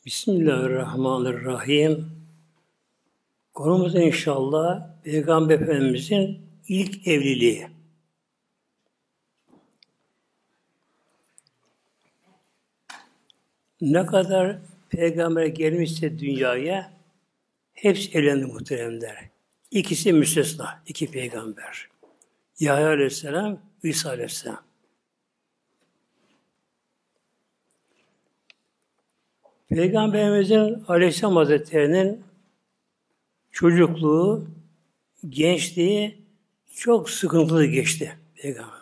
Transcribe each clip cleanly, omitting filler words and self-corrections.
Bismillahirrahmanirrahim. Konumuz inşallah Peygamber Efendimizin ilk evliliği. Ne kadar peygamber gelmişse dünyaya hepsi evlendi muhteremler. İkisi müstesna, iki peygamber. Yahya Aleyhisselam, İsa Aleyhisselam. Peygamberimizin Aleyhisselam Hazretleri'nin çocukluğu, gençliği çok sıkıntılı geçti Peygamber'den.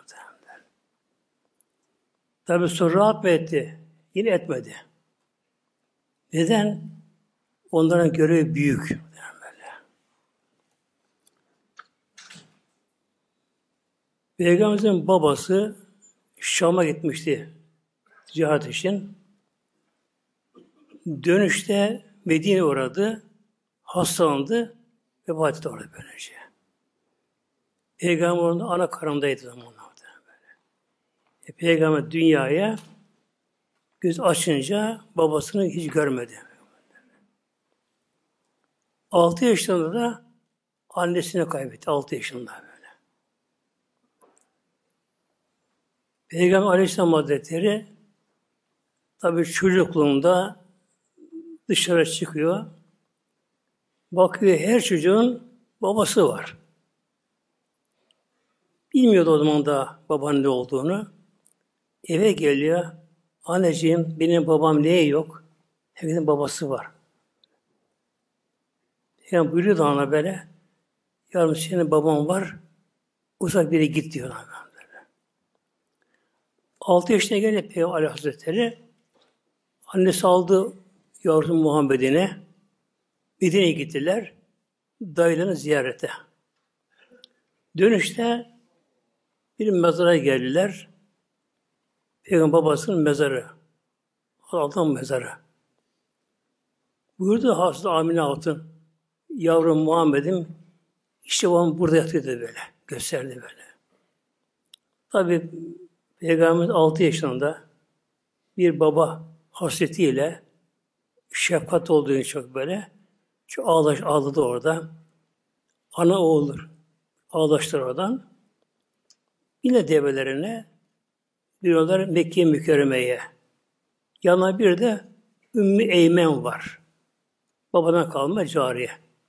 Tabi sonra rahat mı etti? Yine etmedi. Neden? Onların görevi büyük. Böyle. Peygamberimizin babası Şam'a gitmişti cihat için. Dönüşte Medine uğradı, hastalandı, vefat etti orada böylece. Peygamber onun ana karnındaydı zamanlarda. Peygamber dünyaya göz açınca babasını hiç görmedi. 6 yaşında da annesini kaybetti. 6 yaşında böyle. Peygamber Aleyhisselam Hazretleri tabii çocukluğunda dışarı çıkıyor. Bakıyor her çocuğun babası var. Bilmiyordu o zaman da babanın ne olduğunu. Eve geliyor. Anneciğim benim babam niye yok? Herkesin babası var. Yani buyuruyor da ona böyle. Yavrum senin baban var. Uzak biri git diyor ona böyle. 6 yaşına gelince Peygamber Ali Hazretleri annesi aldı yavrum Muhammed'ine. Medine'ye gittiler. Dayılarını ziyarete. Dönüşte bir mezara geldiler. Peygamber babasının mezarı. Allah'ın mezarı. Buyurdu Hazreti Amine Hatun, yavrum Muhammed'im işte babam burada yatıyor dedi böyle. Gösterdi böyle. Tabi Peygamberimiz 6 yaşında bir baba hasretiyle şefkat olduğunu çok böyle çok ağladı orada. Ana oğuldur. Ağlaştılar oradan. Yine develerine diyorlar Mekke mükerremeye. Yanına bir de Ümmü Eymen var. Babadan kalma cariye.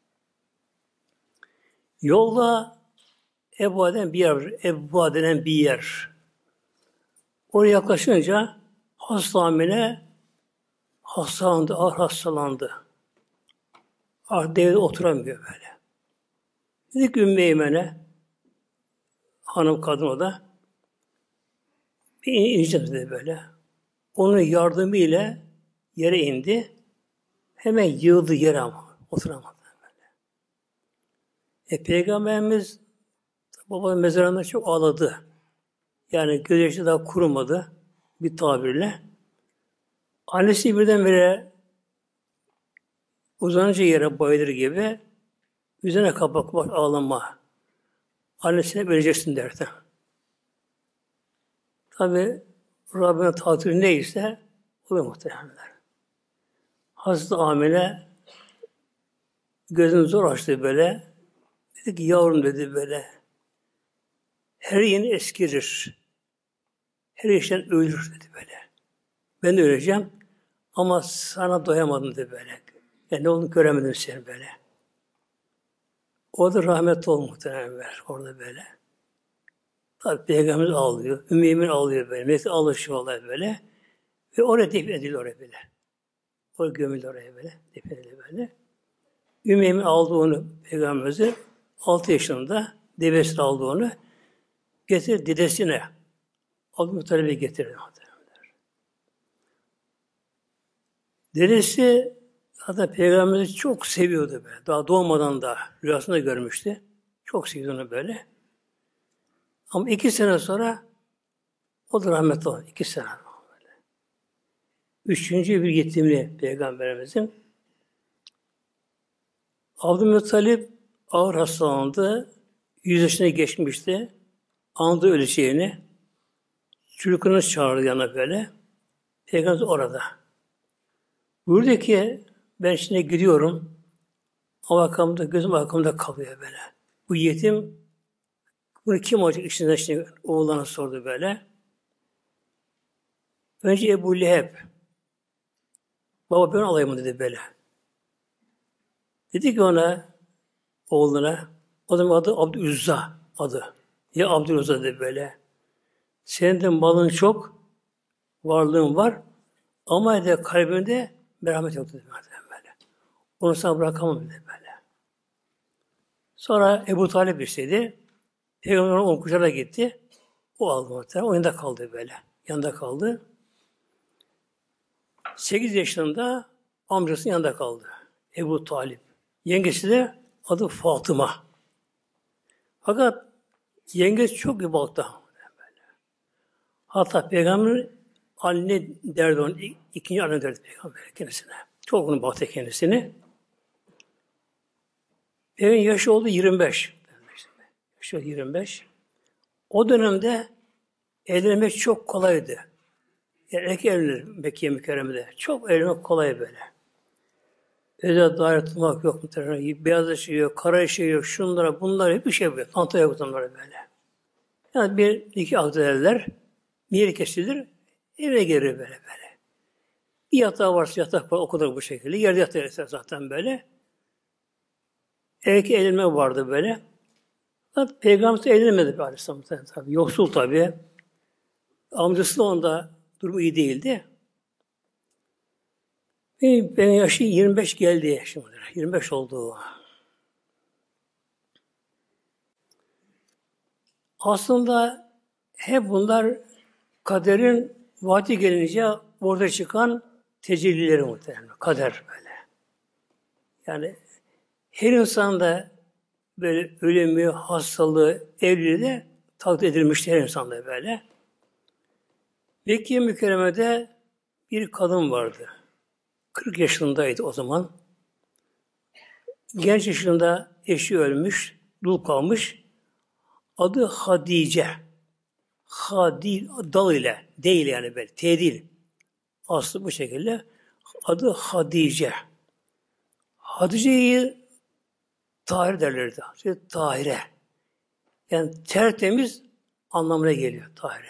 Yolda Ebu'a denen bir yer var. Ebu'a denen bir yer. Oraya yaklaşınca hasta hastalandı, ağır hastalandı. Artık devede oturamıyor böyle. Dedik Ümmü Eymen'e, hanım kadın o da, bir ineceğim dedi böyle. Onun yardımıyla yere indi. Hemen yığıldı yere ama. Oturamadı böyle. Peygamberimiz babanın mezarında çok ağladı. Yani gözyaşı daha kurumadı bir tabirle. Annesi birdenbire uzanınca yere bayılır gibi üzerine kapak ağlama. Annesine vereceksin derdi. Tabi Rabbinin takdiri neyse o da muhtemelenler. Hazreti Amine gözünü zor açtı böyle. Dedi ki yavrum dedi böyle. Her yeni eskirir. Her işten ölür dedi böyle. Ben de öleceğim ama sana doyamadım dedi böyle. Yani ne olduğunu göremedim seni böyle. O da rahmetli oldu muhtemelen orada böyle. Tabi Peygamberimiz ağlıyor. Ümmü Emin ağlıyor böyle. Mesela alışıyorlar böyle. Ve oraya defin edildi oraya böyle. Oraya gömüldü oraya böyle. Defin edildi böyle. Ümmü Emin aldı onu Peygamberimizi 6 yaşında devesini aldı onu. Getirdi dedesine. Abdülmuttalib'e getirdi. Dedesi hatta Peygamberimizi çok seviyordu böyle. Daha doğmadan da rüyasında görmüştü. Çok seviyordu onu böyle. Ama 2 sene sonra o da rahmetli oldu. 2 sene. Böyle. 3. bir yetimli Peygamberimizin Abdülmuttalib ağır hastalandı. 100 yaşına geçmişti. Anladı öleceğini. Çocuklarını çağırdı yanına böyle. Peygamber orada. Buyurdu ki ben şimdi gidiyorum. Ama arkamda, gözüm arkamda kalıyor böyle. Bu yetim bunu kim olacak içinden şimdi oğlana sordu böyle. Önce Ebu Leheb. Baba ben alayım mı dedi böyle. Dedi ki ona oğluna o zaman adı Abdülüzza adı. Ya Abdülüzza dedi böyle. Senin de malın çok, varlığın var ama de kalbinde merhamet yok dedi böyle. Onu sana bırakamam dedi böyle. Sonra Ebu Talib istedi. Peygamber'in on kucağına gitti. O aldı muhtemelen. O yanında kaldı böyle. Yanında kaldı. 8 yaşında amcasının yanında kaldı. Ebu Talib. Yengesi de adı Fatıma. Fakat yengesi çok iyi baktı. Hatta Peygamber anne derdi onu. İkinci anne derdi Peygamber kendisine. Çok onu baktı kendisini. Peygamber yaşı oldu 25. Yaşı oldu 25. O dönemde evlenmek çok kolaydı. Yani erkek evlenir Mekke mükerremede. Çok evlenmek kolay böyle. Özel daire tutmak yok muhtemelen. Beyaz ışığı yok, kara ışığı yok, şunlara, bunlara hep bir şey yok. Tanta yok onlara böyle. Yani bir iki akd ederler, bir kesilir, eve gelir böyle böyle. Bir yatağı varsa yatak var, o kadar bu şekilde. Yerde yatağı zaten böyle. Erkek evlenme vardı böyle. Fakat Peygamber evlenemedi Aleyhisselam tabii. Yoksul tabii. Amcası da onda durumu iyi değildi. Benim yaşı 25 geldi şimdi. 25 oldu. Aslında hep bunlar kaderin vakti gelince orada çıkan tecellileri muhtemelen. Kader böyle. Yani her insan da böyle ölümü, hastalığı, evliliği de takdir edilmişti her insanda böyle. Mekke mükerremede bir kadın vardı. 40 yaşındaydı o zaman. Genç yaşında eşi ölmüş, dul kalmış. Adı Hadice. Hadil, dal ile, değil yani böyle, tedil. Aslı bu şekilde. Adı Hadice. Hadice'yi Tahir derlerdi. Tahire. Yani tertemiz anlamına geliyor Tahire.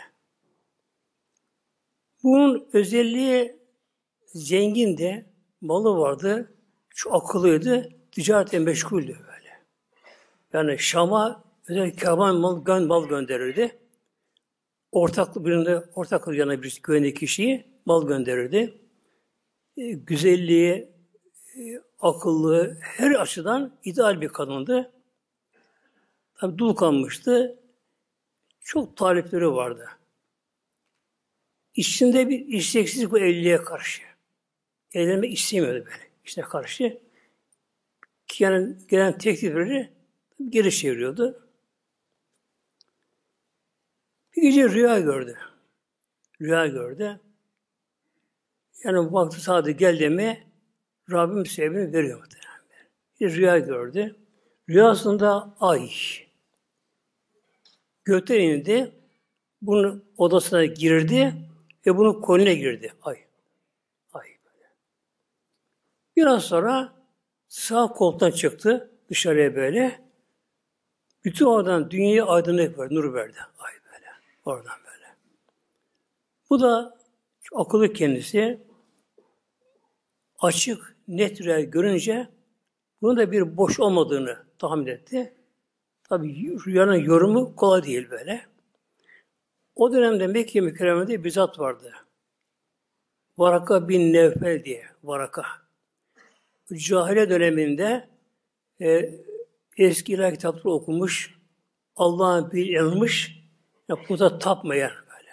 Bunun özelliği zengindi, malı vardı, çok akıllıydı, ticaretle meşguldü böyle. Yani Şam'a özel kervan mal gönderirdi. Ortaklık birinde ortaklık yanına bir güvenli kişiyi mal gönderirdi. Güzelliği, akıllı, her açıdan ideal bir kadındı. Tabi dul kalmıştı. Çok talipleri vardı. İçinde bir isteksizlik bu evliliğe karşı. Evlenmek istemiyordu böyle işine karşı. Ki yani gelen teklifleri geri çeviriyordu. Bir gece rüya gördü. Rüya gördü. Yani bu vakti saati geldi mi Rabbim sebebini veriyor muhtemelen. Bir rüya gördü. Rüyasında ay gökten indi. Bunun odasına girdi ve bunun koluna girdi. Ay. Ay. Biraz sonra sağ koltuktan çıktı dışarıya böyle. Bütün oradan dünyayı aydınlık verdi, nur verdi. Ay böyle. Oradan böyle. Bu da çok akıllı kendisi. Açık, net rüya görünce bunun da bir boş olmadığını tahmin etti. Tabii rüyanın yorumu kolay değil böyle. O dönemde Mekke mükerremede bir zat vardı. Varaka bin Nevfel diye. Varaka. Cahiliye döneminde eski ilahi kitapları okumuş, Allah'ın bir yanılmış, puta tapmayan böyle.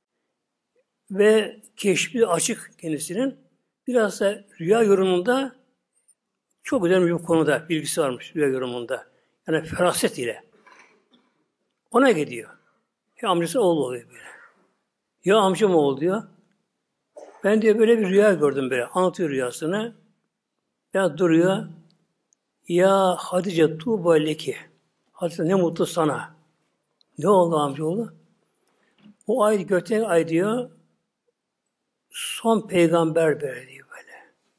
Ve keşfi açık kendisinin. Biraz da rüya yorumunda çok önemli bir konuda bilgisi varmış rüya yorumunda. Yani feraset ile. Ona gidiyor. Ya amcası oğlu oluyor böyle. Ya amcam oğlu diyor. Ben diyor böyle bir rüya gördüm böyle. Anlatıyor rüyasını. Ya duruyor. Ya Hatice tuğba leki. Hatice ne mutlu sana. Ne oldu amcaoğlu? O ay gökten ay diyor. Son peygamber böyle diyor böyle.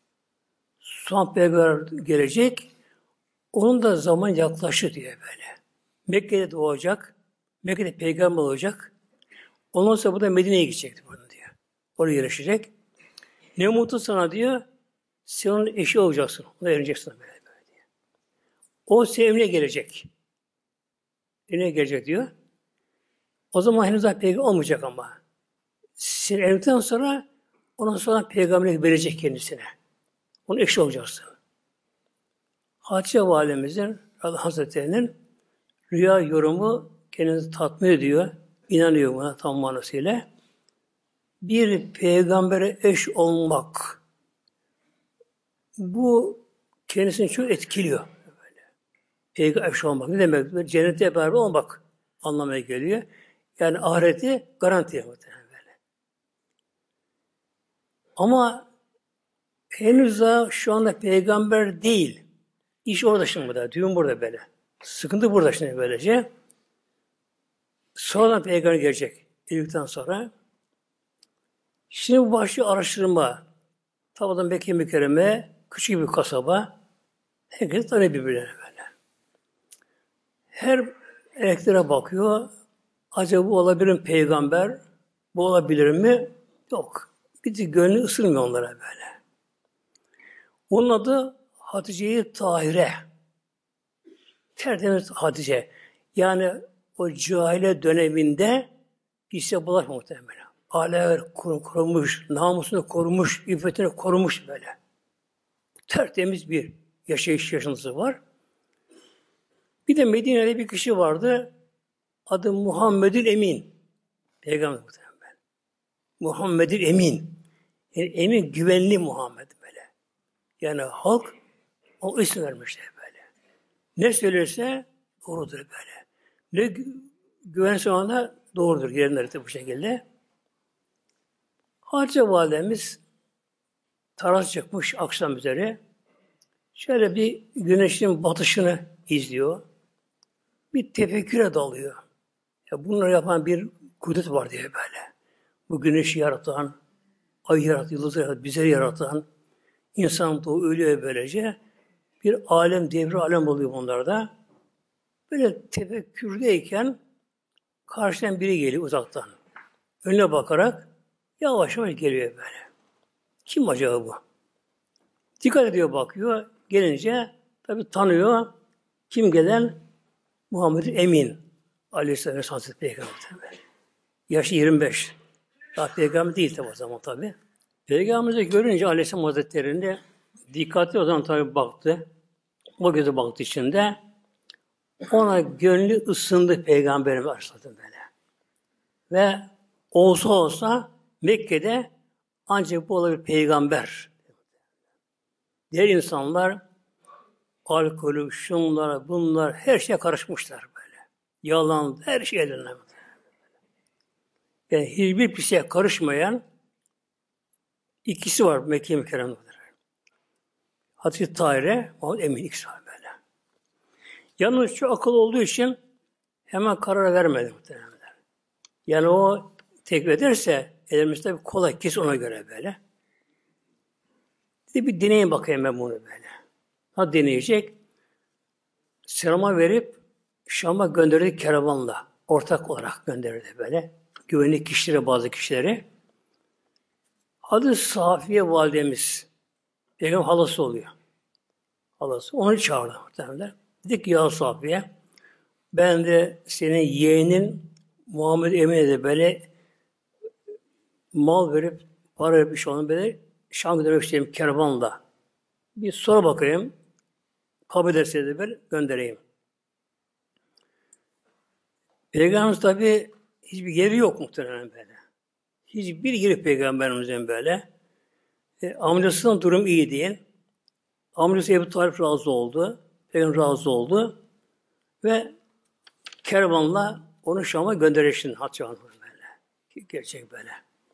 son peygamber gelecek. Onun da zaman yaklaştı diyor böyle. Mekke'de doğacak. Mekke'de peygamber olacak. Ondan sonra bu da Medine'ye gidecekti bunu diyor. Oraya yerleşecek. Ne mutlu sana diyor. Sen onun eşi olacaksın. Ona evleneceksin böyle, böyle diyor. O senin evine gelecek. Evine gelecek diyor. O zaman henüz daha peygamber olmayacak ama. Sen evlendikten sonra ondan sonra peygamberlik verecek kendisine. Onun eşi olacaksın. Hatice Validemizin Hazretleri'nin rüya yorumu kendini tatmin ediyor. İnanıyor buna tam manasıyla. Bir peygambere eş olmak bu kendisini çok etkiliyor. Böyle. Peygamber eş olmak ne demek? Cennette beraber olmak anlamına geliyor. Yani ahireti garanti böyle. Ama henüz daha şu anda peygamber değil. İş orada şimdi burada. Düğün burada böyle. Sıkıntı burada şimdi böylece. Sonradan peygamber gelecek. İlkten sonra. Şimdi bu başlıyor araştırma. Tabi Mekke mükerreme, küçük bir kasaba. Herkes tanıyor birbirlerine böyle. Her erkeklere bakıyor. Acaba bu olabilir mi peygamber? Bu olabilir mi? Yok. Bir de gönlü ısırmıyor onlara böyle. Onun adı Hatice-i Tahire. Tertemiz Hatice. Yani o cahile döneminde kişiye bulaşma muhtemelen. Âleler korumuş, namusunu korumuş, iffetini korumuş böyle. Tertemiz bir yaşantısı var. Bir de Medine'de bir kişi vardı. Adı Muhammedül Emin. Peygamber muhtemelen. Muhammedül Emin. Yani emin, güvenli Muhammed böyle. Yani halk o isim vermişler böyle. Ne söylerse doğrudur böyle. Ne güvense ona doğrudur. Gelenler de bu şekilde. Hatice Validemiz taras çıkmış akşam üzeri. Şöyle bir güneşin batışını izliyor. Bir tefekküre dalıyor. Ya bunları yapan bir kudret var diye böyle. Bu güneşi yaratan, ayı yaratan, yıldızı yaratan, bizleri yaratan, insan doğu ölüyor böylece. Bir alem, devri alem oluyor bunlarda. Böyle tefekkürdeyken karşıdan biri geliyor uzaktan. Önüne bakarak yavaş yavaş geliyor böyle. Kim acaba bu? Dikkat ediyor bakıyor. Gelince tabi tanıyor. Kim gelen? Muhammed Emin. Aleyhisselam Hazreti Peygamber. Yaşı 25. Daha peygamber değil tabi o zaman tabi. Peygamberimizi görünce Aleyhisselam Hazretleri'nde dikkatli o zaman tabi baktı. O göze baktı içinde. Ona gönlü ısındı Peygamberimiz Aleyhisselam böyle. Ve olsa Mekke'de ancak bu olabilir peygamber. Diğer insanlar alkolü, şunlara, bunlar her şeye karışmışlar böyle. Yalan, her şey elinden. Yani hiçbir şeye karışmayan ikisi var Mekke-i Mükerreme'de. Hatice Tahire, Muhammed Emin ikisi var böyle. Yalnız şu akıl olduğu için hemen karar vermedi muhtemelen. Yani o tekbir ederse elimizde bir kolay kes ona göre böyle. Bir deneyin bakayım ben bunu böyle. Ha deneyecek. Selam'a verip Şam'a gönderdi kervanla. Ortak olarak gönderdi böyle. Güvenlik kişilere, bazı kişileri. Adı Safiye validemiz. Peygamber halası oluyor. Halası. Onu çağırdı muhtemelen. Dedi ki ya Safiye ben de senin yeğenin Muhammed Emin'e de böyle mal verip para verip bir şey olan böyle Şam göndermek isteyeyim kervanla. Bir sor bakayım. Kabul ederse de ben göndereyim. Peygamberimiz tabi hiçbir yeri yok muhtemelen böyle. Hiçbir yeri Peygamberimizin böyle. Amcasının durum iyi değil. Amcası Ebu Talip razı oldu. Peygamber razı oldu. Ve kervanla onu Şam'a gönderirsin Hatice Hanım böyle. Gerçek böyle.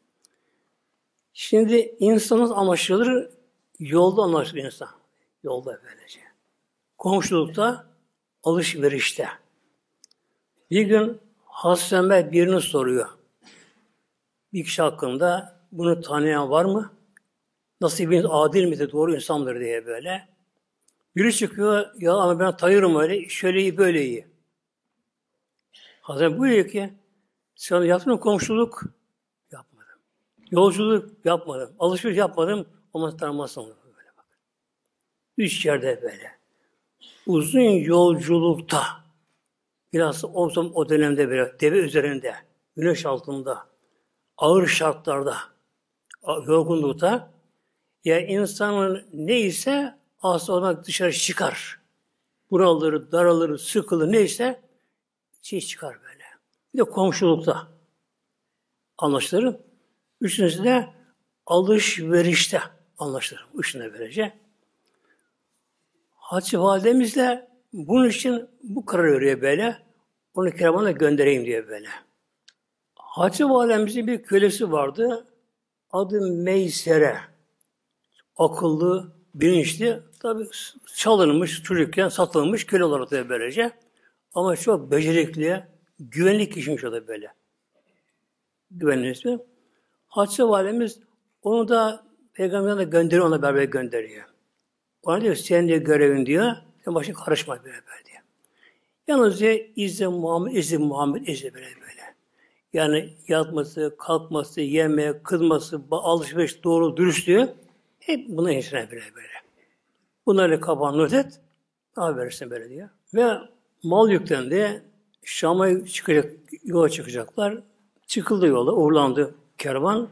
Şimdi insanın anlaşılır, yolda anlaşılır insan. Yolda böylece. Komşulukta, alışverişte. Bir gün Hazreti Ömer birini soruyor. Bir kişi hakkında bunu tanıyan var mı? Nasibiniz adil midir, doğru insandır diye böyle. Biri çıkıyor, ya ama ben tanıyorum öyle, şöyle iyi, böyle iyi. Hazreti buyuruyor ki, sen yaptın mı komşuluk? Yapmadım. Yolculuk yapmadım. Alışveriş yapmadım. Ama tanımazsın böyle bak. Üç yerde böyle. Uzun yolculukta, biraz o dönemde böyle, deve üzerinde, güneş altında, ağır şartlarda, yorgunlukta, ya insanın neyse aslında oradan dışarı çıkar. Buraları, daralır, sıkılır neyse çıkar böyle. Bir de komşulukta anlaşılır. Üçüncüsü de alışverişte anlaşılır. Üçüncü böylece. Hatice validemiz de bunun için bu karar veriyor böyle. Onu kervanla göndereyim diye böyle. Hatice validemizin bir kölesi vardı. Adı Meysere. Akıllı, bilinçli. Tabi çalınmış, çocukken satılmış köle olarak da böylece. Ama çok becerikli, güvenlik kişiymiş o da böyle. Güvenli ismi. Hatice validemiz onu da peygamberine gönderiyor, ona beraber gönderiyor. Ona diyor, senin de görevin diyor, sen başına karışma böyle diyor. Yalnızca izle Muhammed, izle böyle böyle. Yani yatması, kalkması, yeme, kızması, alışveriş, doğru, dürüstlüğü hep buna içine böyle. Bunları kapağını not et, daha verirsin böyle diyor. Ve mal yüklendi, Şam'a çıkacak, yola çıkacaklar. Çıkıldı yola, uğurlandı kervan.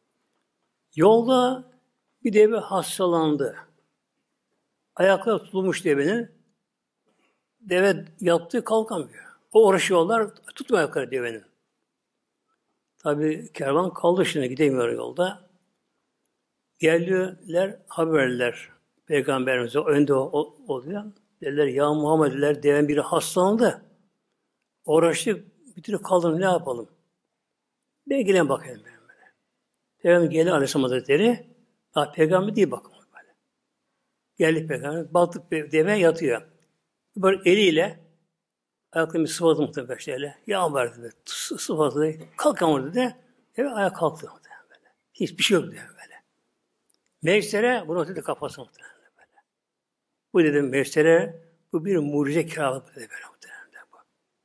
Yolda bir deve hastalandı. Ayakları tutulmuş devenin. Deve yattı, kalkamıyor. O uğraşıyorlar, tutmuyor ayakları devenin. Tabi kervan kaldı şimdi, gidemiyor yolda. Geldiler, haberler Peygamberimize önde oluyor. Dediler, ya Muhammed dediler, deven biri hastalandı. Uğraştık, bir türlü kaldım, ne yapalım? Belki bakayım. Peygamber geldi Aleyhisselam Hazretleri. Daha peygamber değil bakın böyle. Geldi peygamber. Baktık deve yatıyor. Böyle eliyle ayaklarını sıvadı muhtemelen şöyle. Yağ var dedi. Sıvadı. Kalkamıyor dedi. Deve ayağa kalktı muhtemelen böyle. Hiçbir şey yok dedi böyle. Mevsere bunu dedi kafası muhtemelen böyle. Bu dedim mevsere bu bir mucize kiralık dedi böyle muhtemelen bu.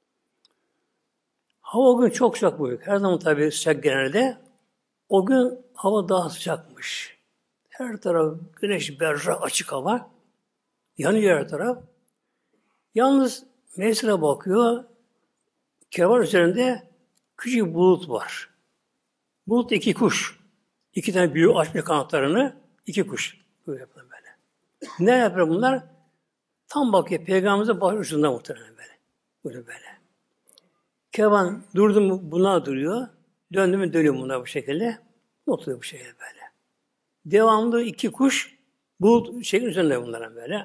Hava o gün çok sıcak bu. Her zaman tabii sıcak genelde. O gün hava daha sıcakmış. Her taraf güneş berrak açık hava. Yanıyor her taraf. Yalnız Mevsim'e bakıyor. Kervan üzerinde küçük bir bulut var. Bulut iki kuş. İki tane büyük açmış kanatlarını. İki kuş. Böyle yapıyor böyle. Ne yapıyor bunlar? Tam bakıyor. Peygamberimize baş ucunda muhtemelen böyle. Böyle. Kervan durdu mu buna duruyor. Döndü mü dönüyor bunlar bu şekilde. Oturuyor bu şekilde böyle. Devamlı iki kuş bulut şeklin üzerinde bunların böyle.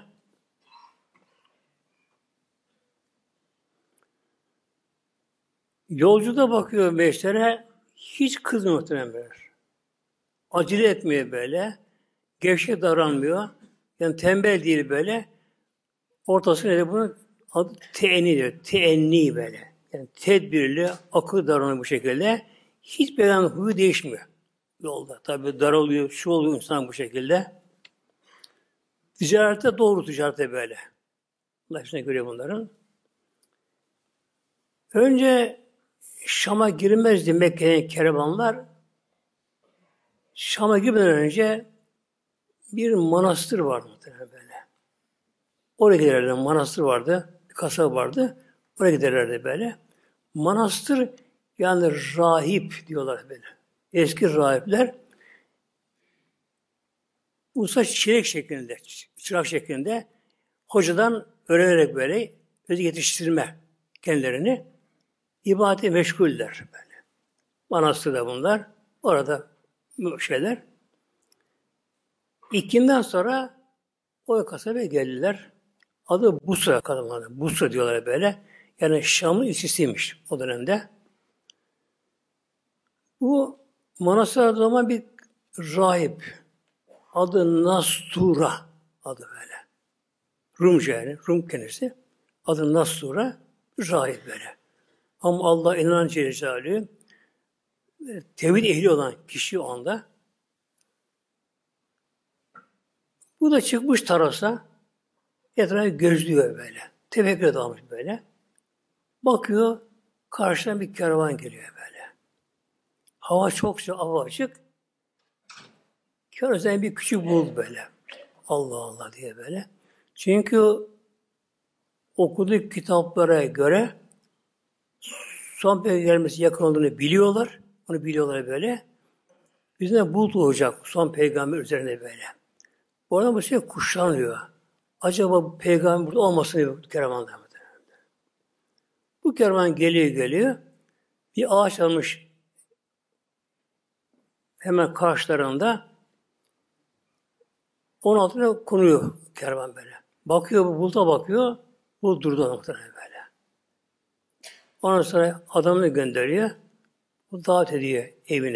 Yolcu da bakıyor meşlere, hiç kızmıyor muhtemelen böyle. Acele etmiyor böyle. Gevşek davranmıyor. Yani tembel değil böyle. Ortası nedir bunun? Adı teenni diyor. Teenni böyle. Yani tedbirli, akıl davranıyor bu şekilde. Hiç böyle huyu değişmiyor yolda. Tabii daralıyor, şu oluyor insan bu şekilde. Ticarette doğru ticarete böyle. Allah hepsine görüyor bunların. Önce Şam'a girmezdi Mekke'nin kervanlar. Şam'a girmeden önce bir manastır vardı muhtemelen böyle. Oraya giderlerdi. Manastır vardı. Bir kasaba vardı. Oraya giderlerdi böyle. Manastır yani rahip diyorlar böyle. Eski rahipler usta çelik şeklinde, çırak şeklinde hocadan öğrenerek böyle öz yetiştirme kendilerini ibadete meşguller böyle. Manastırda bunlar. Orada bu şeyler. İkinden sonra o kasabaya geldiler. Adı Busra kadınlardı. Busra diyorlar böyle. Yani Şam'ın ilçesiymiş o dönemde. Bu manastırda zaman bir rahip. Adı Nastura. Adı böyle. Rumca yani. Rum kendisi. Adı Nastura. Rahip böyle. Ama Allah inanan Celle tevhid ehli olan kişi o anda Bu da çıkmış tarasa, etrafı gözlüyor böyle. Tefekküre dalmış böyle. Bakıyor, karşıdan bir kervan geliyor böyle. Hava çok sıcak, hava açık. Kervan bir küçük buldu böyle. Allah Allah diye böyle. Çünkü okuduğu kitaplara göre son peygamberimiz yakın olduğunu biliyorlar. Onu biliyorlar böyle. Yüzüne bulut olacak son peygamber üzerine böyle. Oradan bu şey kuşanıyor. Acaba bu peygamber burada olmasın diye bu kervanda mı? Bu kervan geliyor. Bir ağaç almış hemen karşılarında. Onun altına konuyor kervan böyle. Bakıyor, bu buluta bakıyor. Bulut durdu muhtemelen böyle. Ondan sonra adamını gönderiyor. Bu davet ediyor evine.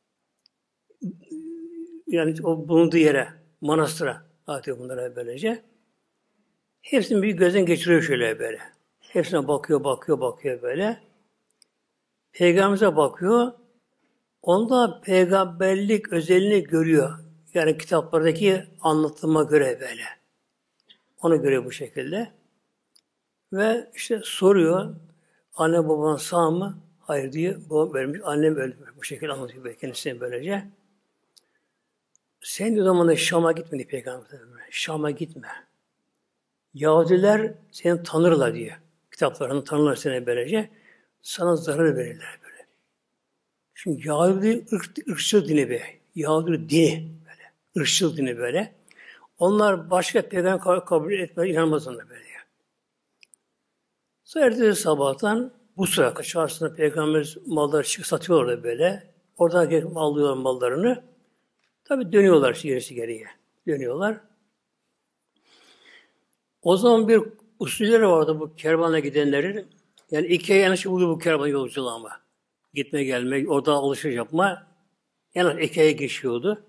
Yani o bulunduğu yere, manastıra atıyor bunlara böylece. Hepsini bir gözden geçiriyor şöyle böyle. Hepsine bakıyor böyle. Peygamberimize bakıyor. Onda peygamberlik özelliğini görüyor. Yani kitaplardaki anlatıma göre böyle. Ona göre bu şekilde. Ve işte soruyor. Anne baban sağ mı? Hayır diyor. Babam ölmüş. Annem ölmüş. Bu şekilde anlatıyor böyle kendisine böylece. Sen de o zaman da Şam'a gitmedi Peygamber. Şam'a gitme. Yahudiler seni tanırlar diye. Kitaplarını tanırlar seni böylece. Sana zarar verirler böyle. Çünkü Yahudi ırkçıl dini be. Yahudi dini böyle. Irkçıl dini böyle. Onlar başka peygamber kabul etmez, inanmaz ona böyle. Sonra ertesi sabahtan bu sıra çarşısında peygamber malları çıkıp satıyorlar böyle. Oradan gelip alıyorlar mallarını. Tabi dönüyorlar gerisi geriye. Dönüyorlar. O zaman bir usulleri vardı bu kervana gidenlerin. Yani 2 ay yanlış oluyor bu kervan yolculuğu ama. Gitme gelme, orada alışveriş yapma. En az 2 aya geçiyordu.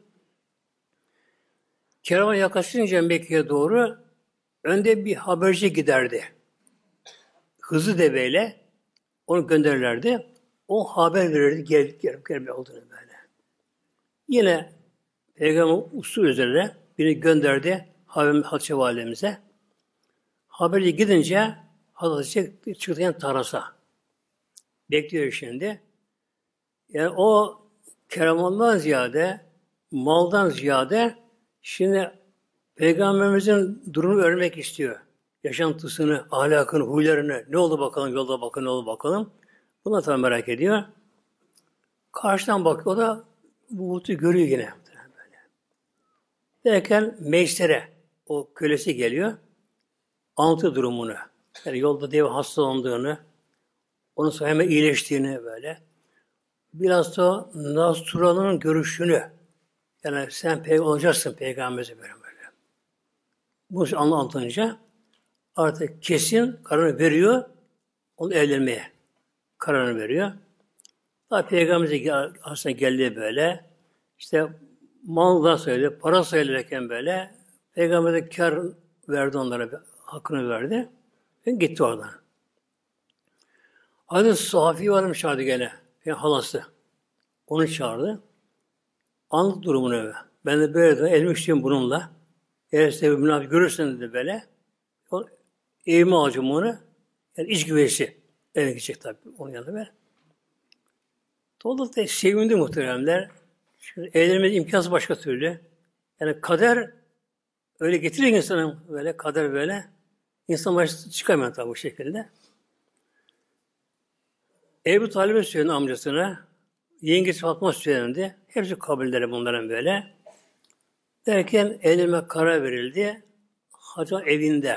Kervan yaklaşınca Mekke'ye doğru önde bir haberci giderdi. Hızlı deveyle onu gönderirlerdi. O haber verirdi gelip olduğunu böyle. Yine Peygamber usul üzerine biri gönderdi Hatice validemize. Haberi gidince Hatice çıktı yani Taras'a. Bekliyor şimdi. Yani o kervandan ziyade, maldan ziyade şimdi Peygamberimizin durumu öğrenmek istiyor. Yaşantısını, ahlakını, huylarını, ne oldu bakalım, yolda bakın, ne oldu bakalım. Bunu tabii merak ediyor. Karşıdan bakıyor, o da bu bulutu görüyor yine. Böyle. Derken Meysere, o kölesi geliyor, anlatıyor durumunu. Yani yolda deve hastalandığını, onun sonra hemen iyileştiğini böyle. Biraz da Nasrallah'ın görüşünü, yani sen olacaksın peygamberimize böyle. Bunu anlatınca artık kesin kararını veriyor, onu evlenmeye kararını veriyor. Daha Peygamberimize aslında geldi böyle, işte maldan söyledi, para söylerken böyle, Peygamber'e kar verdi onlara, hakkını verdi. Ve gitti oradan. Hazreti Safiye Hanım çağırdı gene, yani halası. Onu çağırdı. Anlat durumunu. Ben de böyle de elmiştim bununla. Eğer size bir münafık görürsen dedi böyle. O, evime alacağım onu. Yani iç güveysi. Eve gidecek tabii. Onun yanına ver. Dolayısıyla sevindi muhteremler. Şimdi evlenmemiz imkansız başka türlü. Yani kader öyle getirir insanın böyle, kader böyle. İnsan başta çıkamıyor tabii bu şekilde. Ebu Talib'e söyledi amcasına. Yengesi Fatma söylendi. Hepsi kabulleri bunların böyle. Derken evlenme karar verildi. Hacı evinde.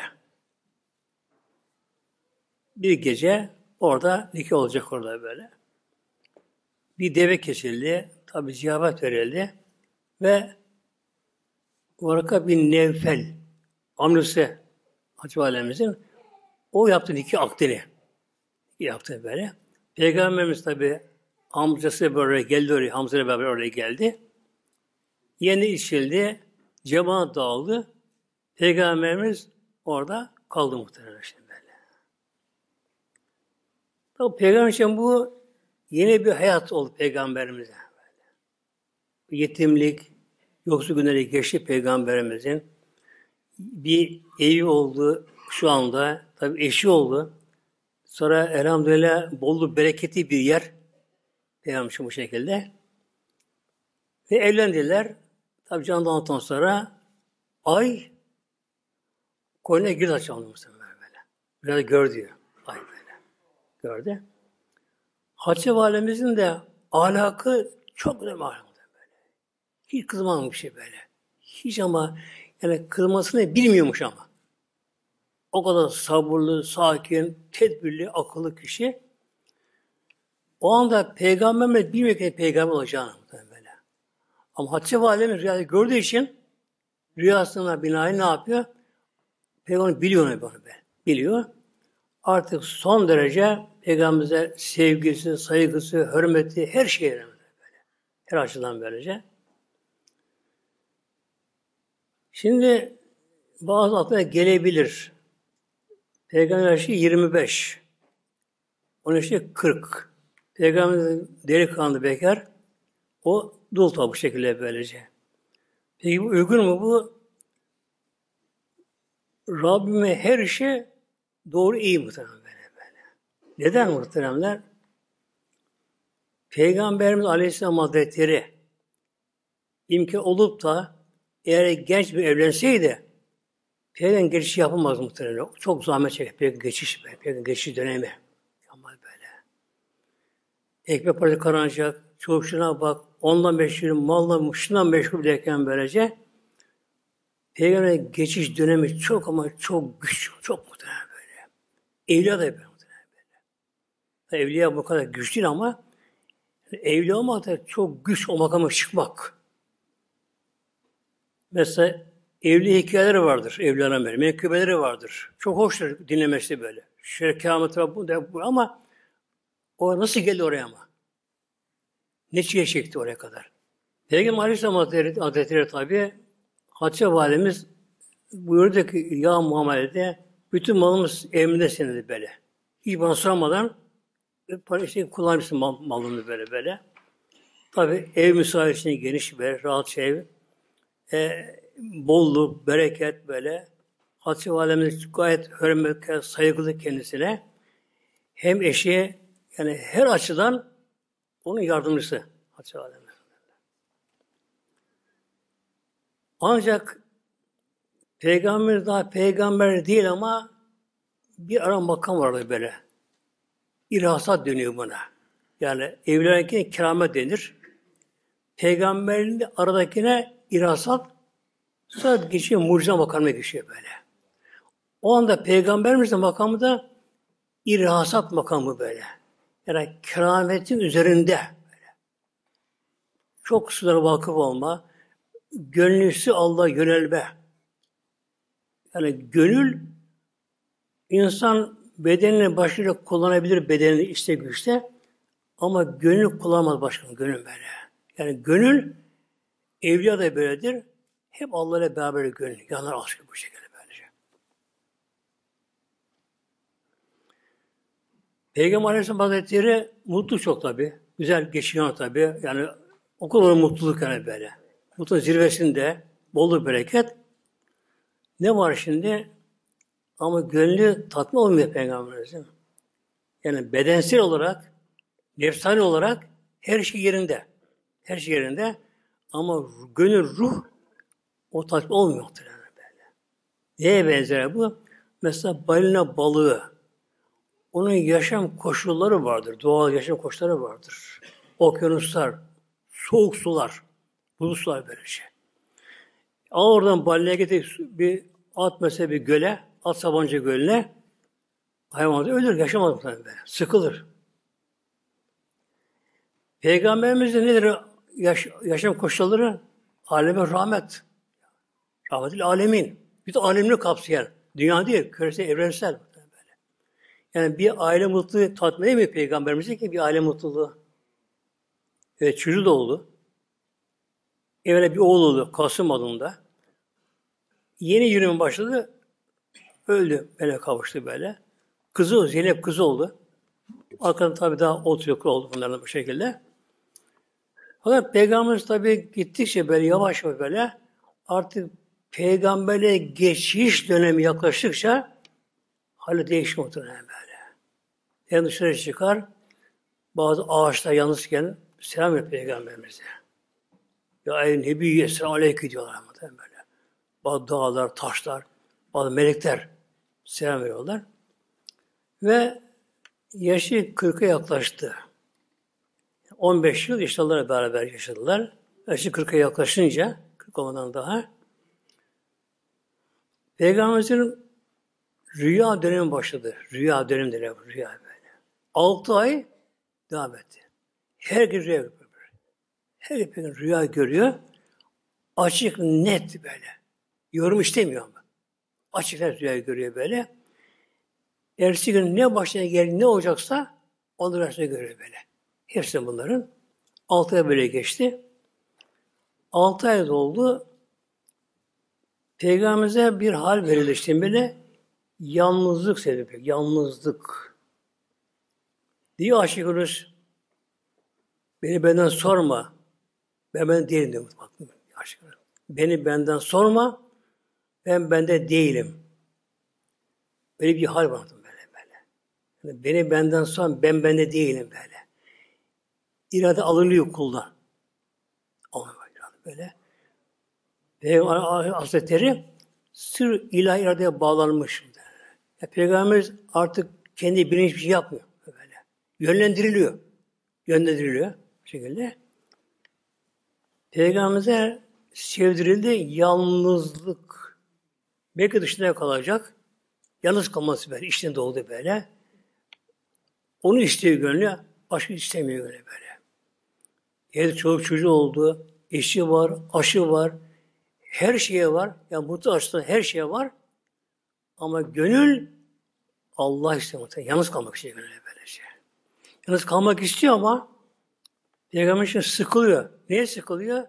Bir gece orada nikah olacak orada böyle. Bir deve kesildi. Tabi ziyafet verildi. Ve Varaka bin Nevfel amcası Hacı Valemizin o yaptı nikah akdini. Yaptı böyle. Peygamberimiz tabi amcası böyle geldi oraya. Hamza ile beraber oraya geldi. Yeni içildi. Cemaat dağıldı. Peygamberimiz orada kaldı muhtemelen şimdi böyle. Tabi Peygamber için bu yeni bir hayat oldu Peygamberimize. Böyle. Yetimlik, yoksul günleri geçti Peygamberimizin. Bir evi oldu şu anda. Tabii eşi oldu. Sonra elhamdülillah bollu bereketli bir yer. Peygamber bu şekilde. Ve evlendiler. Tabii canlandıktan sonra ay koynuna girdi açıldı muhtemelen böyle. Biraz gör diyor. Ay böyle. Gördü. Hatice Validemizin de ahlakı çok güzel bir ahlak böyle. Hiç kızmamış bir şey böyle. Hiç ama yani kızmasını bilmiyormuş ama. O kadar sabırlı, sakin, tedbirli, akıllı kişi. O anda peygamberimiz bilmiyor ki peygamber olacağını böyle. Ama Hatice Validemiz rüyada gördüğü için rüyasına binaen ne yapıyor? Peygamber biliyor onu böyle. Biliyor. Artık son derece Peygamberimize sevgisi, saygısı, hürmeti, her şeye böyle. Her açıdan böylece. Şimdi bazı aklına gelebilir. Peygamber yaşı 25. Onun yaşı 40. Peygamber delikanlı bekar. O dul tabi bu şekilde böylece. Peki bu uygun mu bu? Rabbime her işi doğru iyi muhtemelen böyle. Neden muhteremler? Peygamberimiz Aleyhisselam Hazretleri imkan olup da eğer genç bir evlenseydi Peygamber geçiş yapamaz muhtemelen. Çok zahmet çeker. Peygamber geçiş dönemi. Ama böyle. Ekmek parası karanacak. Çocuğuna bak. Ondan meşgul, malla şundan meşgul derken böylece Peygamber geçiş dönemi çok ama çok güç. Çok muhtemelen böyle. Evliya da böyle muhtemelen böyle. Evliya bu kadar güç değil ama evliya olmak da çok güç o makama çıkmak. Mesela evli hikayeleri vardır evliyaların böyle. Menkıbeleri vardır. Çok hoştur dinlemesi böyle. Şöyle kâmet Rabbu de bu ama o nasıl geldi oraya ama? Ne çile çekti oraya kadar? Peygamber Aleyhisselam Hazretleri tabi Hatice Validemiz buyurdu ki ya Muhammed'e bütün malımız evimde senin dedi böyle. Hiç bana sormadan para işte kullanmışsın malını böyle böyle. Tabi ev müsaadesine geniş ve rahat ev. Bolluk, bereket böyle. Hatice Validemiz gayet hürmetli, saygılı kendisine. Hem eşi yani her açıdan onun yardımcısı Hatice Validemiz. Ancak peygamber daha peygamber değil ama bir ara makam vardı böyle. İrhasat dönüyor buna. Yani evlenirken keramet denir. Peygamberin de aradakine irhasat sonra geçiyor, mucize makamına geçiyor böyle. O anda Peygamberimizin makamı da irhasat makamı böyle. Yani kerametin üzerinde böyle. Çok sulara vakıf olma, gönlüsü Allah'a yönelme. Yani gönül insan bedenini başıyla kullanabilir bedenini iste güçte ama gönül kullanmaz başka gönül böyle. Yani gönül evliya da böyledir. Hep Allah'la beraber gönül. Yanar aşkı bu şekilde böylece. Peygamber Aleyhisselam Hazretleri mutlu çok tabi. Güzel geçiyor tabi. Yani o kadar mutluluk yani böyle. Mutluluk zirvesinde bolluk bereket. Ne var şimdi? Ama gönlü tatmin olmuyor Peygamberimizin. Yani bedensel olarak, nefsani olarak her şey yerinde. Her şey yerinde. Ama gönül, ruh o tatmin olmuyor böyle. Neye benzer bu? Mesela balina balığı. Onun yaşam koşulları vardır. Doğal yaşam koşulları vardır. Okyanuslar, soğuk sular, buzlu sular böyle şey. Al oradan balinaya getirip bir at mesela bir göle, at Sabancı Gölü'ne hayvan ölür, yaşamaz böyle. Sıkılır. Peygamberimiz de nedir yaşam koşulları? Aleme rahmet. Rahmetil alemin. Bütün alemini kapsayan. Dünya değil, küresel, evrensel. Böyle. Yani bir aile mutluluğu tatmin edemiyor Peygamberimize ki bir aile mutluluğu. Evet, çocuğu da oldu. Evvela bir oğul oldu, Kasım adında. Yeni yürüme başladı, öldü. Böyle kavuştu böyle. Kızı, Zeynep kızı oldu. Arkadan tabii daha ot yok oldu bunlarla bu şekilde. Fakat Peygamberimiz tabii gittikçe böyle yavaş yavaş böyle artık Peygamberle geçiş dönemi yaklaştıkça hali değişiyor muhtemelen böyle. Yani dışarı çıkar, bazı ağaçlar yalnızken selam veriyor Peygamberimize. Ya ey Nebi Esselamu Aleyküm diyorlar muhtemelen böyle. Bazı dağlar, taşlar, bazı melekler selam veriyorlar. Ve yaşı 40'a yaklaştı. 15 yıl işte onlarla beraber yaşadılar. Yaşı 40'a yaklaşınca, 40 olmadan daha, Peygamberimizin rüya dönemi başladı. Rüya dönemi de rüya böyle. 6 ay devam etti. Her gün rüya görüyor. Her gün rüya görüyor. Açık, net böyle. Yorum istemiyor ama. Açık net rüya görüyor böyle. Ertesi gün ne başına gelir, ne olacaksa onları başına görüyor böyle. Hepsi bunların. 6 ay böyle geçti. 6 ay oldu. Peygamberimize bir hal verildi işte böyle. Yalnızlık sebebi. Yalnızlık. Diyor Aşık Hulusi, beni benden sorma. Ben değilim diyor. Aşık Hulusi. Beni benden sorma. Ben bende değilim. Böyle bir hal vardı böyle. Yani beni benden sorma. Ben bende değilim böyle. İrade alınıyor kuldan. Böyle. Peygamber Hazretleri sır ilahi iradeye bağlanmış. Peygamberimiz artık kendi bilinç bir şey yapmıyor. Böyle. Yönlendiriliyor. Yönlendiriliyor bu şekilde. Peygamberimize sevdirildi yalnızlık. Belki dışında kalacak. Yalnız kalması böyle. İçten doğdu böyle. Onu istiyor gönlü. Başka istemiyor böyle. Evde çoluk çocuğu oldu. Eşi var, aşı var. Her şeye var. Yani mutlu açıdan her şeye var. Ama gönül Allah istiyor. Yalnız kalmak istiyor gönül böylece. Yalnız kalmak istiyor ama Peygamber için sıkılıyor. Neye sıkılıyor?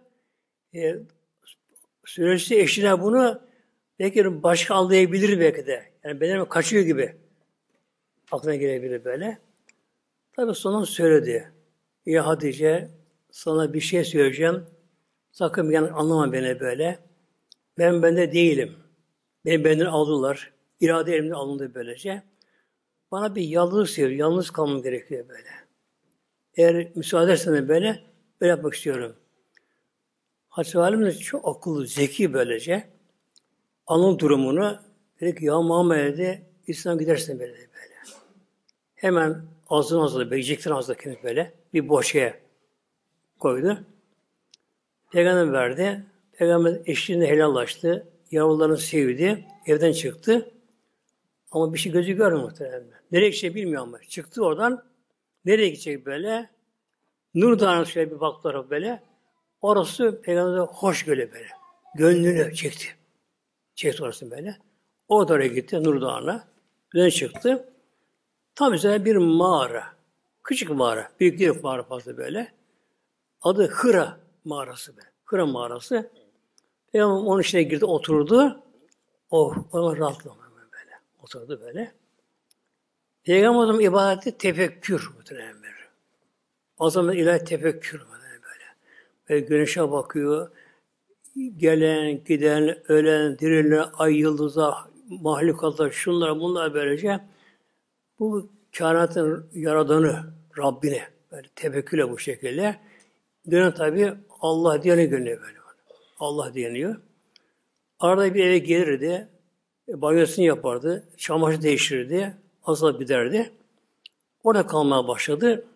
Süresi eşine bunu belki başka anlayabilir belki de. Yani benim kaçıyor gibi. Aklına gelebilir böyle. Tabi sonra söyledi. Ya Hatice sana bir şey söyleyeceğim. Sakın yani anlama beni böyle. Ben bende değilim. Beni benden aldılar. İrade elimden alındı böylece. Bana bir yalnızlık seviyor. Yalnız kalmam gerekiyor böyle. Eğer müsaade edersen böyle yapmak istiyorum. Hatice Halim de çok akıllı, zeki böylece. Anın durumunu dedi ki ya Muhammed'e İslam gidersin böyle. Hemen ağzını hazırladı, becektir hazırladı kendini böyle. Bir boşaya koydu. Peygamber verdi. Peygamber eşliğinde helallaştı. Yavrularını sevdi. Evden çıktı. Ama bir şey gözü görmüyor muhtemelen. Nereye gidecek bilmiyor ama. Çıktı oradan. Nereye gidecek böyle? Nur Dağı'na şöyle bir baktılar böyle. Orası Peygamber'e hoş göle böyle. Gönlünü çekti. Çekti orası böyle. O da oraya gitti Nur Dağı'na. Üzerine çıktı. Tam üzerine bir mağara. Küçük mağara. Büyük değil mağara fazla böyle. Adı Hıra mağarası be. Hıra mağarası. Peygamber onun içine girdi, oturdu. Oh, ona rahatladı böyle. Oturdu böyle. Peygamber o zaman ibadeti tefekkür muhtemelen böyle. O zaman ilahi tefekkür böyle. Böyle güneşe bakıyor. Gelen, giden, ölen, dirilen, ay, yıldıza, mahlukatlar, şunlar, bunlar böylece. Bu kainatın yaradanı, Rabbine böyle tefekkürle bu şekilde. Gönül tabi Allah diyene gönlüyor böyle. Allah diyeniyor. Arada bir eve gelirdi, banyosunu yapardı, çamaşır değiştirirdi, azla giderdi. Orada kalmaya başladı.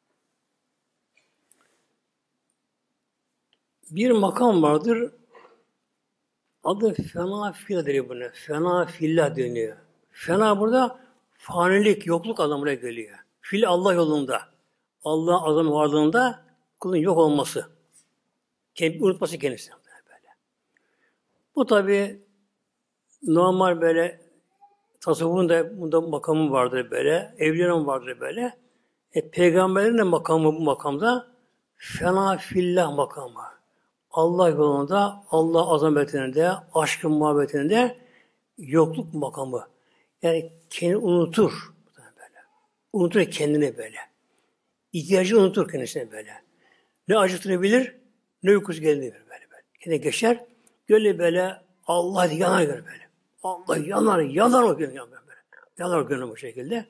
Bir makam vardır, adı fena fillah deniyor buna. Fena fillah deniyor. Fena burada fanilik, yokluk anlamına geliyor. Fil Allah yolunda. Allah azam varlığında kulun yok olması. Unutması kendisini. Böyle. Bu tabi normal böyle tasavvufun da bunda makamı vardır böyle. Evliyanın vardır böyle. Peygamberin de makamı bu makamda fena fillah makamı. Allah yolunda, Allah azametinde, aşkın muhabbetinde yokluk makamı. Yani kendini unutur. Böyle. Unutur kendini böyle. İhtiyacını unutur kendisine böyle. Ne acıtını bilir, ne uykusu geldiğini böyle. Kendine geçer. Böyle Allah yanar gönül böyle. Allah yanar, yanar o gönül böyle. Yanar o gönül bu şekilde.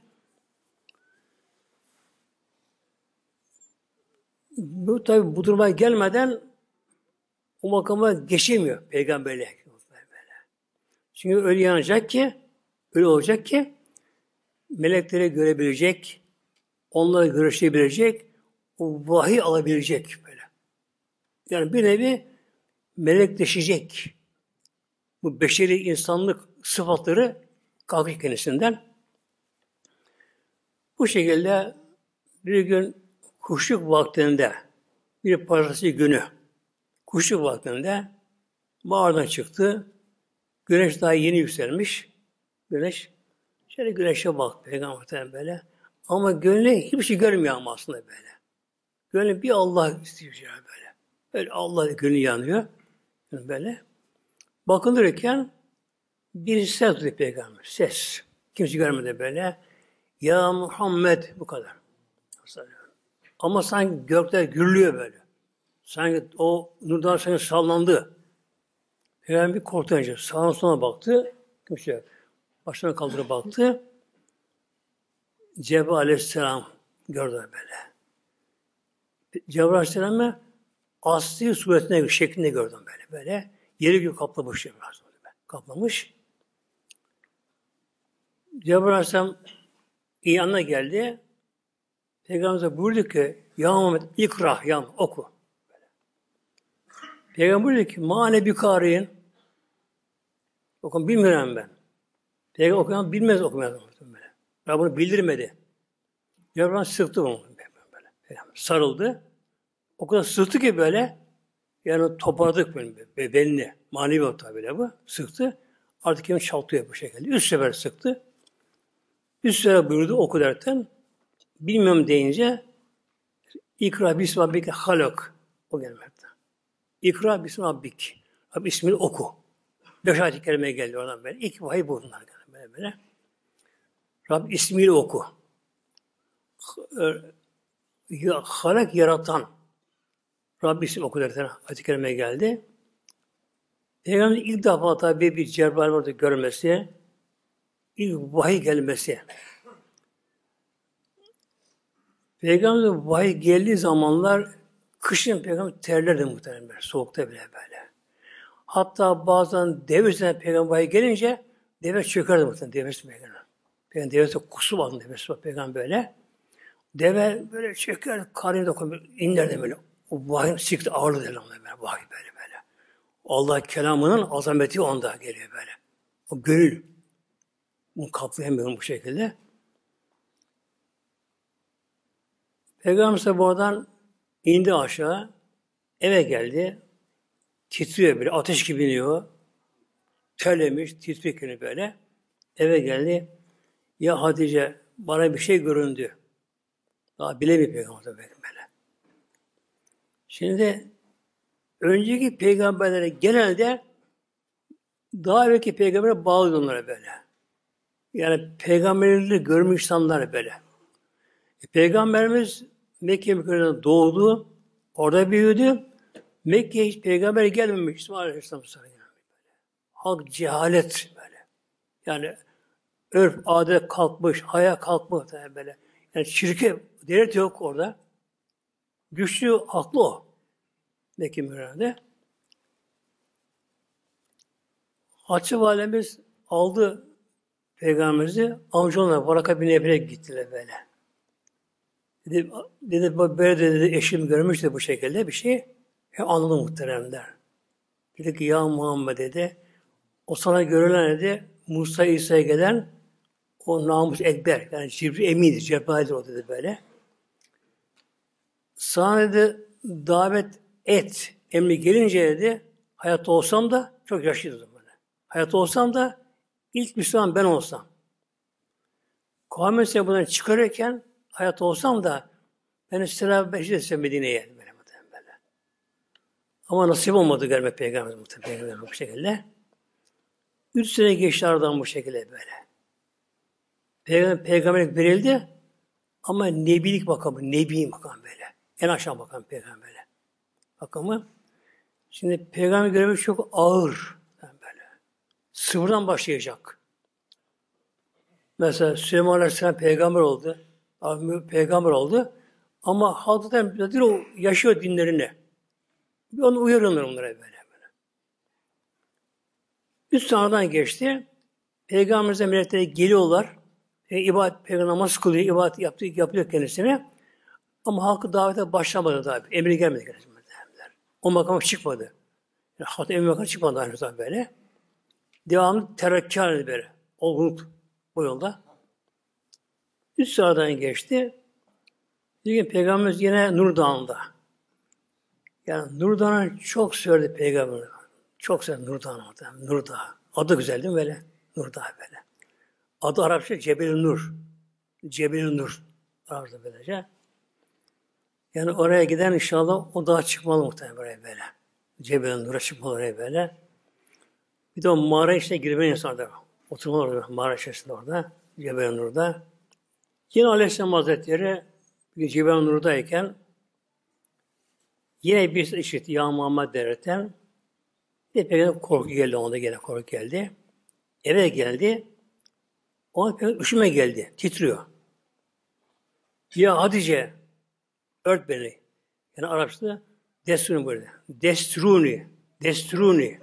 Bu tabi bu duruma gelmeden o makama geçemiyor peygamberliğe. Çünkü öyle yanacak ki, öyle olacak ki melekleri görebilecek, onları görüşebilecek, o vahiy alabilecek böyle. Yani bir nevi melekleşecek. Bu beşeri insanlık sıfatları kalkıyor kendisinden. Bu şekilde bir gün kuşluk vaktinde, bir pazartesi günü kuşluk vaktinde mağaradan çıktı. Güneş daha yeni yükselmiş. Güneş, şöyle güneşe baktı Peygamber'den böyle. Ama gönlü hiçbir şey görmüyor ama aslında böyle. Gönlü bir Allah istiyor böyle. Böyle Allah gönlü yanıyor. Böyle. Bakılırken bir ses duyuyor Peygamber. Ses. Kimse görmedi böyle. Ya Muhammed bu kadar. Ama sanki gökler gürlüyor böyle. Sanki o nurdan sanki sallandı. Peygamber bir korktu önce. Sağa sola baktı. Kimse yok. Başına kaldırıp baktı. Cebrail Aleyhisselam gördü böyle. Cebrail Aleyhisselam'ı asli suretine, şeklinde gördüm böyle. Böyle yeri gök kaplamış Cebrail Aleyhisselam. Kaplamış. Cebrail Aleyhisselam yanına geldi. Peygamber'e buyurdu ki Ya Muhammed ikra, oku. Böyle. Peygamber buyurdu ki mâne bikâriyin. Okun bilmiyorum ben. Peygamber okuyan bilmez okumayalım. Rabbini bildirmedi. Cebrail sıktı bunu. Böyle. Peygamber sarıldı. O kadar sıktı ki böyle yani topardık böyle belini. Manevi o tabi bu. Sıktı. Artık yemin çaltıyor bu şekilde. 3 sefer sıktı. 3 sefer buyurdu oku derken bilmiyorum deyince İkra bismi rabbike halak. O gelmekte. İkra bismi rabbik. Rabbi ismini oku. 5 ayet-i kerimeye geldi oradan böyle. İlk vahiy bu bunlar. Böyle. Rabbi ismiyle oku. Halak yaratan. Rabbi ismi oku derken ayet-i kerimeye geldi. Peygamberin ilk defa tabi bir Cebrail orada görmesi, ilk vahiy gelmesi. Peygamberin vahiy geldiği zamanlar kışın Peygamber terlerdi muhtemelen böyle, soğukta bile böyle. Hatta bazen deve üstüne Peygamber vahiy gelince deve çökerdi muhtemelen devesi Peygamber. Peygamber devesi kusu vardı devesi var Peygamber böyle. Deve böyle çöker, karnına dokunup inlerdi böyle. O vahiy sıktı ağırlı derler böyle, vahiy böyle. Allah kelamının azameti onda geliyor böyle. O gönül. Bunu kaplayamıyorum bu şekilde. Peygamber buradan indi aşağı. Eve geldi. Titriyor böyle. Ateş gibi iniyor. Terlemiş. Titriyor böyle. Eve geldi. Ya Hatice bana bir şey göründü. Daha bilemiyor Peygamber böyle. Şimdi önceki peygamberlere genelde daha evvelki peygambere bağlı onlara böyle. Yani peygamberleri görmüş insanlar böyle. Peygamberimiz Mekke mükerremede doğdu, orada büyüdü. Mekke'ye hiç peygamber gelmemiş. İsmail Aleyhisselam böyle. Halk cehalet böyle. Yani örf, adet kalkmış, haya kalkmış böyle. Yani şirke, devlet yok orada. Güçlü, haklı o. Mekke mükerremede. Hatice validemiz aldı Peygamberimizi amcaoğluna Varaka bin Nebre'ye gittiler böyle. Dedi böyle dedi, eşim görmüş de bu şekilde bir şey. Anladı muhteremler. Dedi ki ya Muhammed dedi, o sana görülen dedi, Musa İsa'ya gelen o namus ekber, yani Cibril emindir, Cebrail'dir o dedi böyle. Sana dedi, davet et, emri gelince dedi, hayatta olsam da, çok yaşlıydım böyle. Hayatta olsam da, ilk Müslüman ben olsam. Kıyamet buradan çıkarırken, hayatta olsam da, ben Selam Beşir etsem Medine'ye. Böyle. Ama nasip olmadı görmek Peygamberimiz muhtemelen bu şekilde. 3 sene geçti aradan bu şekilde böyle. Peygamberlik verildi ama nebilik makamı, nebi makamı böyle. En aşağı makam peygamberle. Makamı. Şimdi peygamber görevi çok ağır. Yani böyle. sıfırdan başlayacak. Mesela Süleyman Aleyhisselam peygamber oldu. Peygamber oldu. Ama halktan nedir o yaşıyor dinlerini. Bir onu uyarıyorlar onlara böyle. 3 seneden geçti. Peygamberimize melekleri geliyorlar. Peygamber namaz kılıyor, ibadet yapıyor kendisine. Ama halkı davete başlamadı daha. Emri gelmedi kendisine. O makama çıkmadı. Yani hatta emri makama çıkmadı aynı böyle. Devamlı terekkâr edildi böyle. Olgunluk bu yolda. 3 seneden geçti. Bir gün Peygamberimiz yine Nur Dağı'nda. Yani Nur Dağı'nı çok söyledi Peygamber. Çok sevdi Nur Dağı'nı. Nur Dağı. Adı güzel değil mi böyle? Nur Dağı böyle. Adı Arapça Cebel-i Nur. Cebel-i Nur. Arapça böylece. Yani oraya giden inşallah o dağa çıkmalı muhtemelen böyle. Cebel-i Nur'a çıkmalı oraya böyle. Bir de o mağara içine girmeyen insanlar. Oturmalı orada, mağara içerisinde orada. Cebel-i Nur'da. Yine Aleyhisselam Hazretleri Cebel-i Nur'dayken yine bir işitti Ya Muhammed derken bir korku geldi onda gene korku geldi. Eve geldi. Ona pek üşüme geldi. Titriyor. Ya Hatice ört beni. Yani Arapçada desturuni böyle. Desturuni. Desturuni.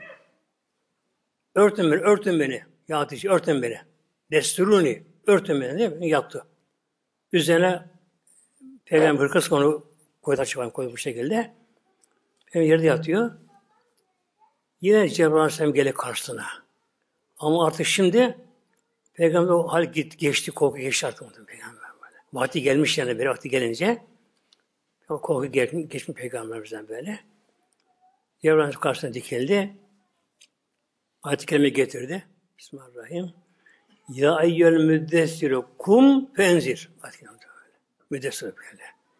Örtün beni. Ya Hatice örtün beni. Desturuni. Örtün beni değil mi? Yattı. Üzerine Peygamber hırkası onu koydu açıklayın koydu bu şekilde. Peygamber yerde yatıyor. Yine Cebrail Aleyhisselam gelir karşısına. Ama artık şimdi Peygamber o hal geçti, korku geçti artık Peygamber böyle. Vakti gelmiş yani bir vakti gelince o korku geçmiş Peygamberimizden böyle. Cebrail karşısına dikildi. Ayet-i Kerime getirdi. Bismillahirrahmanirrahim. Ya eyyel müddessir kum fenzir. Ayet-i Kerime böyle. Müddessir böyle.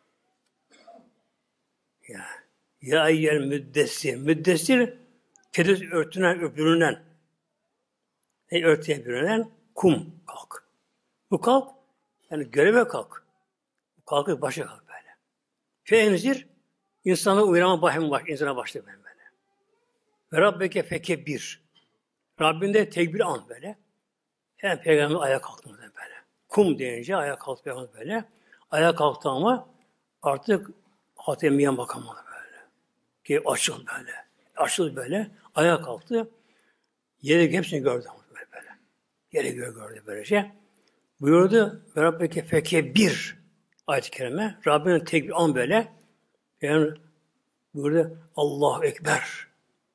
Ya eyyel müddessir. Müddessir tedis örtünen, bürünen. Örtüye bürünen kum. Kalk. Bu kalk. Yani göreve kalk. Kalkıp başa kalk böyle. Fenzir insana uyanma insana başlıyor böyle. Ve Rabbeke fekebbir. Rabbinde tekbir an böyle. Yani Peygamber ayağa kalktı böyle. Kum deyince ayağa kalktı Peygamber böyle. Ayağa kalktı ama artık Hatemiye bakamadı böyle. Ki açıldı böyle. Açıldı böyle. Ayağa kalktı. Yeri hepsini gördü böyle. Yeri gördü böylece. Buyurdu ve Rabbeke fekebbir ayet-i kerime. Rabbinin tekbir an böyle. Yani buyurdu Allahu Ekber.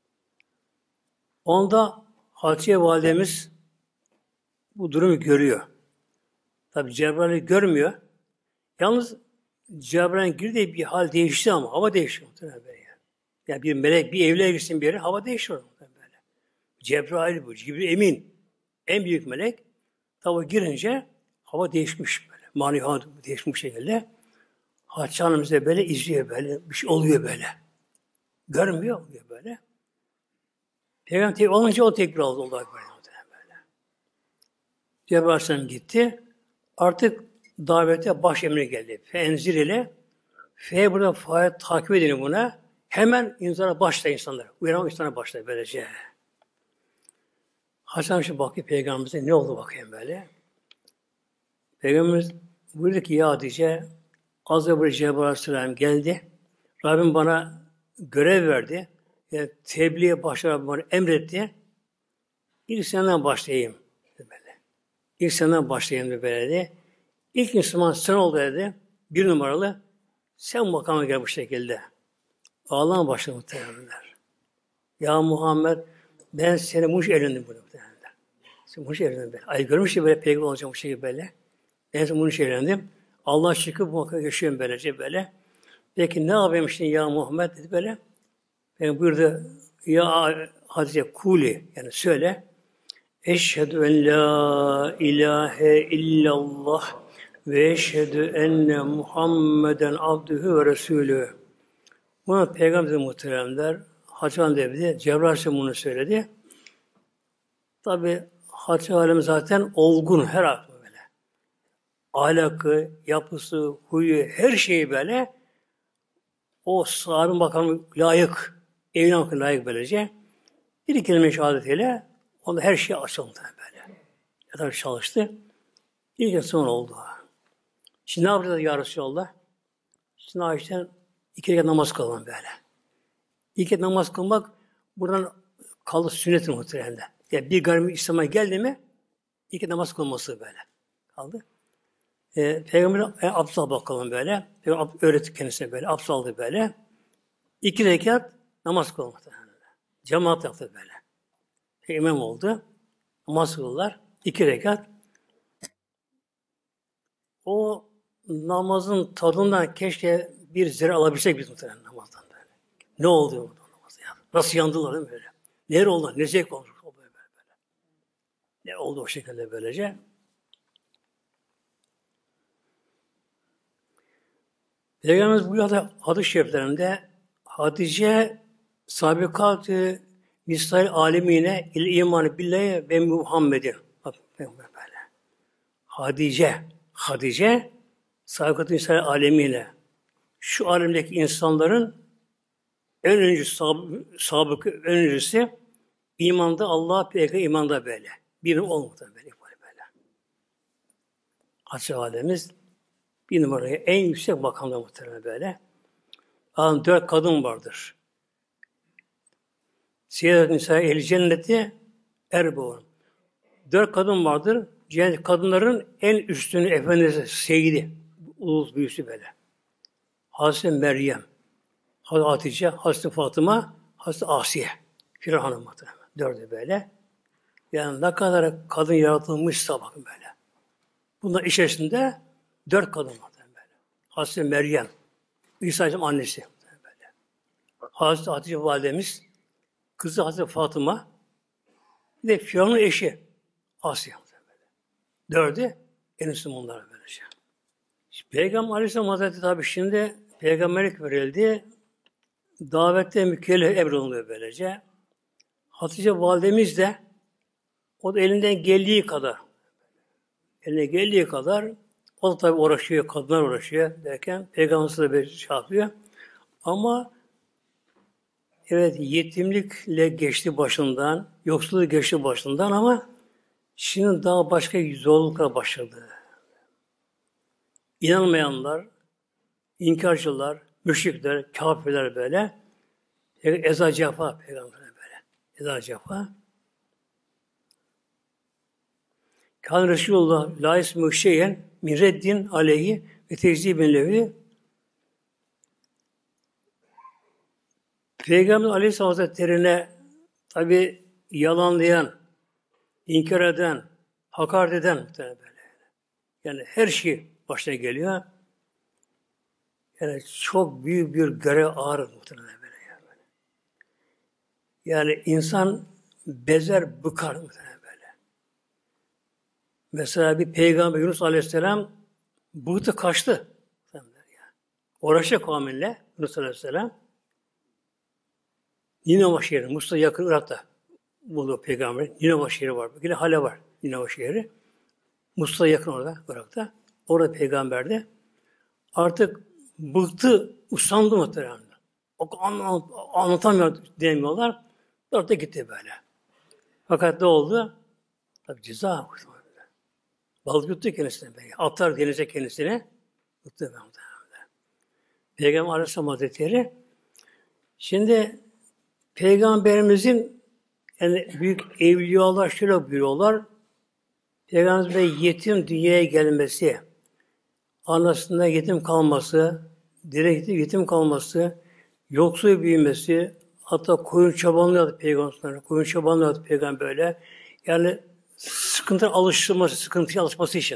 Onda Hatice validemiz bu durumu görüyor. Tabi Cebrail'i görmüyor. Yalnız Cebrail'in girdiği bir hal değişti ama hava değişti. Yani bir melek bir evliye girsin bir yere hava değişir. Böyle. Cebrail bu. Cibril Emin. En büyük melek. Tabi girince hava değişmiş böyle. Manevi hava değişmiş şekilde. Hatice Hanım'ız da böyle izliyor böyle. Bir şey oluyor böyle. Görmüyor oluyor böyle. Peygamber tekbir olunca o tekbir aldı. Böyle. Cebrail Aleyhisselam gitti. Artık davete baş emri geldi. Fenzir ile burada fayet takip edin buna. Hemen insana başla insanlar. Uyanan insana başla böylece. Hasan şu bakıyor Peygamberimize ne oldu bakayım böyle. Peygamberimiz buyurdu ki ya Hatice az önce Cebrail Aleyhisselam geldi. Rabbim bana görev verdi. Yani tebliğe başlar bana emretti. İlk senden başlayayım. Böyle. İlk senden başlayayım böyle. İlk Müslüman sen ol dedi. 1 numaralı. Sen makama gel bu şekilde. Ağlama başladı muhtemelenler. Ya Muhammed ben seni muş evlendim burada muhtemelenler. Sen muş evlendim böyle. Ay görmüş ya böyle peygamber olacak bu şekilde böyle. Ben seni muş evlendim. Allah şükür bu makama yaşıyorum böylece böyle. Peki ne yapayım şimdi ya Muhammed dedi böyle. Yani buyurdu ya Hatice kuli yani söyle. Eşhedü en la ilahe illallah ve eşhedü enne Muhammeden abdühü ve resulü. Buna Peygamber muhteremler Hatice Hanım Cebrail Aleyhisselam bunu söyledi. Tabi Hatice Hanım zaten olgun her aklı böyle. Ahlakı, yapısı, huyu, her şeyi böyle o sahabin bakanı layık, evine layık böylece bir kelime şehadetiyle Onda her şey açıldı böyle. Kadar çalıştı. İlk insan oldu. Şimdi ne yapacağız ya Resulallah? Şimdi Ayşe'den 2 rekat namaz kılalım böyle. 2 rekat namaz kılmak buradan kaldı sünnet-i muhteremde. Yani bir gayrimüslim İslam'a geldi mi 2 namaz kılması böyle kaldı. Peygamber abdest al bakalım böyle. Peygamber öğretti kendisine böyle. Abdest aldı böyle. 2 rekat namaz kıldı muhtemelen. Cemaat yaptı böyle. İmam oldu. Namaz kıldılar. 2 rekat. O namazın tadından keşke bir zerre alabilsek biz muhtemelen namazdan böyle. Ne oldu o namazda ya? Nasıl yandılar değil mi böyle? Neler oldu? Ne zevk oldu? Böyle. Ne oldu o şekilde böylece? Peygamberimiz bu hadis-i şeriflerinde Hatice sabikat-ı nisa'l alemine il imanı billahi ve Muhammed'in. Bak böyle. Hatice sabikat-ı nisa'l alemine. Şu alemdeki insanların en öncüsü, sabıkı en öncüsü imanda Allah, peygamber imanda böyle. Birim olmadan böyle. Hatice validemiz bir numaraya en yüksek makamda muhtemelen böyle. 4 kadın vardır. Siyyedet Nisa el cenneti erbuğun. 4 kadın vardır. Cennet kadınların en üstünü efendisi, seyidi. Ulus büyüsü böyle. Hazreti Meryem, Hazreti Hatice, Hazreti Fatıma, Hazreti Asiye. Firavun Hanım muhtemelen. 4'ü böyle. Yani ne kadar kadın yaratılmışsa bakın böyle. Bunların içerisinde 4 kadın var böyle. Hazreti Meryem, İsa Aleyhisselam annesi böyle. Hazreti Hatice validemiz, kızı Hazreti Fatıma, bir de Firavun'un eşi Asiye böyle. 4'ü en üstü bunlar böylece. Peygamber Aleyhisselam Hazretleri tabi şimdi peygamberlik verildi. Davette mükellef emrolunuyor böylece. Hatice validemiz de o da elinden geldiği kadar o da tabi uğraşıyor, kadınlar uğraşıyor derken Peygamberimiz de bir şey yapıyor. Ama evet yetimlikle geçti başından, yoksulluğu geçti başından ama şimdi daha başka zorluklar başladı. İnanmayanlar, inkarcılar, müşrikler, kafirler böyle eza cefa peygamberine böyle. Eza cefa. Kâne Resulullah la ismü şeyen min reddin aleyhi ve tekzibin levi. Peygamber Aleyhisselam Hazretleri'ne tabi yalanlayan, inkar eden, hakaret eden böyle. Yani her şey başına geliyor. Yani çok büyük bir görev ağır muhtemelen böyle. Yani insan bezer, bıkar muhtemelen böyle. Mesela bir peygamber Yunus Aleyhisselam bıktı kaçtı. Uğraşıyor kavminle Yunus Aleyhisselam. Ninova şehri, Musa yakın Irak'ta buldu peygamber. Ninova şehri var. Yine Hale var Ninova şehri. Musa yakın orada Irak'ta. Orada peygamber de artık bıktı, usandı muhtemelen. Anlatamıyor demiyorlar. Orada gitti böyle. Fakat ne oldu? Tabii ceza. Balık yuttu kendisine. Atlar denize kendisine. Yuttu muhtemelen. Peygamber Aleyhisselam Hazretleri şimdi Peygamberimizin yani büyük evliyalar şöyle buyuruyorlar. Peygamberimizin yetim dünyaya gelmesi, anasında yetim kalması, direkt yetim kalması, yoksul büyümesi, hatta koyun çobanlığı peygamberler, koyun çobanlığı peygamber böyle. Yani sıkıntıya alışması için.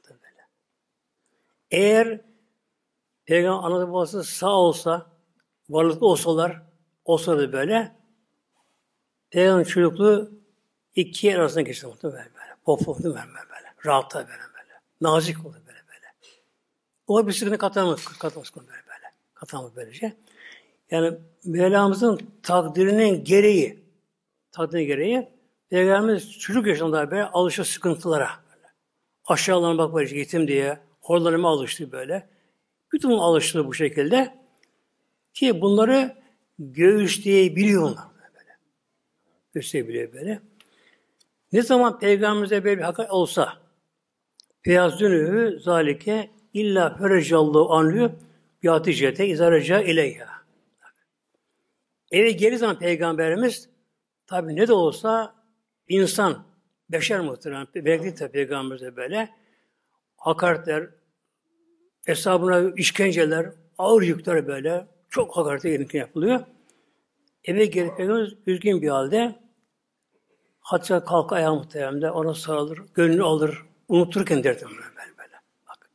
Eğer peygamber anası babası sağ olsa, varlıklı olsa da böyle, peygamber çocukluğu 2 yer arasında geçti muhtemelen böyle. Popo böyle. Rahatta böyle. Nazik oldu böyle. O bir sıkıntı katamaz böyle. Katamaz böylece. Yani Mevlamızın takdirinin gereği Peygamberimiz çocuk yaşında böyle alışır sıkıntılara. Böyle. Aşağılarına bak böyle yetim diye horlarıma alıştı böyle. Bütün alıştı bu şekilde ki bunları göğüsleyebiliyor onlar böyle. Göğüsleyebiliyor böyle. Ne zaman Peygamberimize böyle bir hakikat olsa feyazdünühü zalike illa ferecallahu anlıyor bi Hatice'te izaraca ileyha. Eve geldiği zaman Peygamberimiz tabi ne de olsa insan, beşer muhtemelen, belki de Peygamberimize böyle hakaretler, hesabına işkenceler, ağır yükler böyle çok hakarete yapılıyor. Eve gelip Peygamberimiz üzgün bir halde hatta kalk ayağa muhtemelen ona sarılır, gönlünü alır, unuturken derdim böyle. Bak.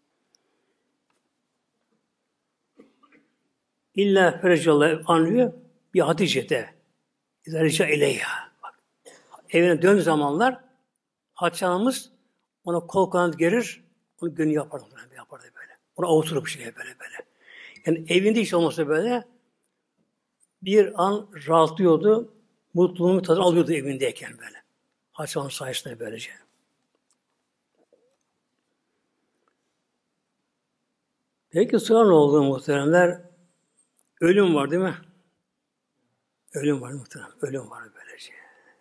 İlla ferecallahu anlıyor bir Hatice'de. İzarica ileyha. Bak. Evine dön zamanlar Hatice Hanım'ız ona kol kanat gerir, onu gönlü yapardı böyle. Ona avuturur bir şey böyle. Yani evinde hiç olmasa böyle bir an rahatlıyordu, mutluluğunu tadını alıyordu evindeyken böyle. Hatice Hanım sayesinde böylece. Peki sonra ne oldu muhteremler? Ölüm var değil mi? Ölüm var muhterem. Ölüm var böylece.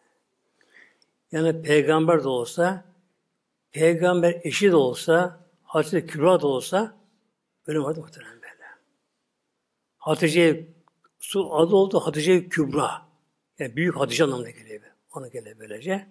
Yani peygamber de olsa, peygamber eşi de olsa, Hatice Kübra da olsa ölüm vardı muhterem böyle. Hatice su adı oldu Hatice Kübra. Yani büyük Hatice anlamına geliyor. Ona geliyor böylece.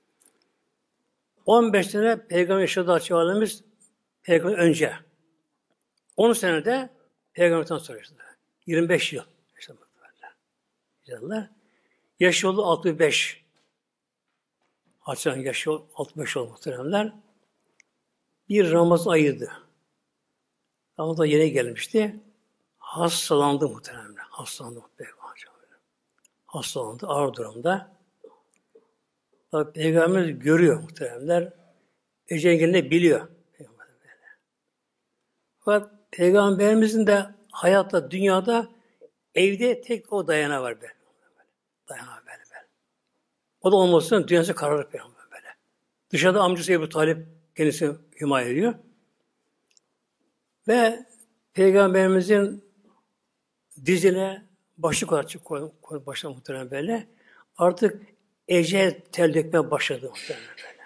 15 sene peygamber yaşadı Hatice Validemiz peygamber önce. 10 senede peygamberden sonra yaşadı. 25 yıl yaşadı böyle. Yaşı oldu 65. Hatice'nin yaşı 65 oldu muhteremler. Bir Ramazan ayıydı. Ramazan yeni gelmişti. Hastalandı muhteremler. Hastalandı ağır durumda. Tabi Peygamberimiz görüyor muhteremler. Ecel gelini biliyor. Fakat Peygamberimizin de hayatta, dünyada evde tek o dayanağı var böyle. Dayanağı böyle. O da olmasın dünyası kararır Peygamber böyle. Dışarıda amcası Ebu Talip kendisi himaye ediyor. Ve Peygamberimizin dizine başlık olarak koyup başladı muhtemelen böyle. Artık ecel tel dökmeye başladı muhtemelen böyle.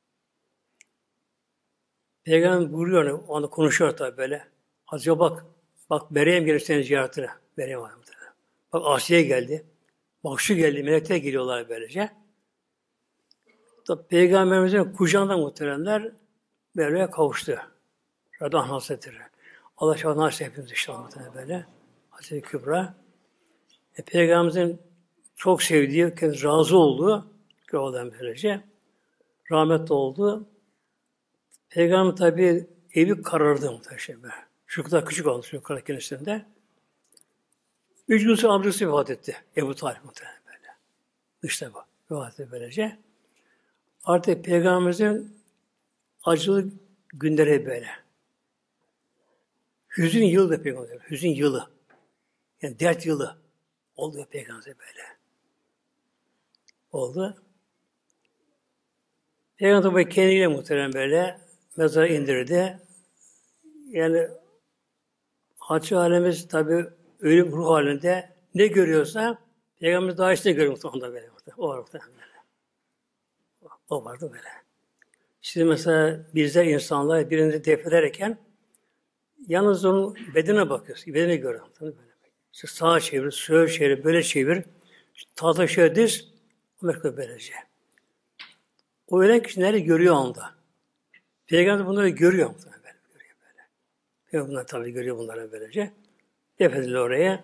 Peygamber buyuruyor, onu konuşuyor tabi böyle. Hatice bak Meryem gelir senin ziyaretine. Meryem var muhtemelen. Bak Asiye geldi. Bak şu geldi, melekler geliyorlar böylece. Tabi Peygamberimizin kucağında muhteremler böyle kavuştu. Radhan Hazretleri. Allah şahane nasip hepimiz inşallah böyle. Hazreti Kübra. Peygamberimizin çok sevdiği, kendisi razı olduğu oradan böylece rahmetli oldu. Peygamber tabi evi karardı muhtemelen. Şu kadar küçük oldu şu kadar kendisinde. 3 gün sonra amcası vefat etti. Ebu Talip muhtemelen böyle. İşte bu. Vefat etti böylece. Artık Peygamberimizin acılı günleri böyle. Hüzün yılı da Peygamber. Hüzün yılı. Yani dert yılı. Oldu Peygamber böyle. Oldu. Peygamber tabi kendiyle muhtemelen böyle mezara indirdi. Yani Hatice Alemiz tabi ölüm ruh halinde ne görüyorsa Peygamber daha işte görüyor onda böyle. O var muhtemelen böyle. O vardı böyle. Şimdi mesela bizler insanlar birini defnederken yalnız onun bedenine bakıyoruz. Bedene görüyor. Böyle. İşte sağa çevir, sola çevir, böyle çevir. Tahta şöyle diz, Amerika böylece. O ölen kişi nerede görüyor onda. Peygamber bunları görüyor. Böyle. Peygamber bunları tabii görüyor bunları böylece. Defnedildi oraya.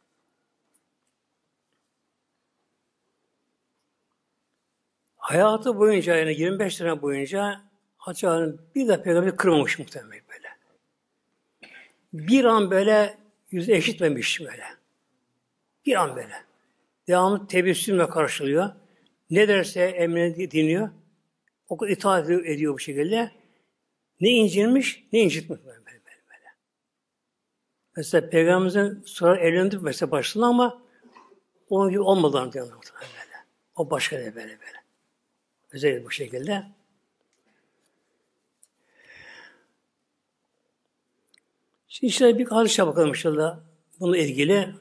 Hayatı boyunca yani 25 sene boyunca Hatice Hanım bir de Peygamber'i kırmamış muhtemelen böyle. Bir an böyle yüzü eşitmemiş böyle. Bir an böyle. Devamlı tebessümle karşılıyor. Ne derse emrini dinliyor. O kadar itaat ediyor bu şekilde. Ne incinmiş, ne incitmiş böyle. Mesela Peygamberimizin sonra evlendi mesela başladı ama onun gibi olmadan diyorlar böyle. O başka da böyle. Özellikle bu şekilde. Şimdi şöyle bir hadise bakalım inşallah bununla ilgili.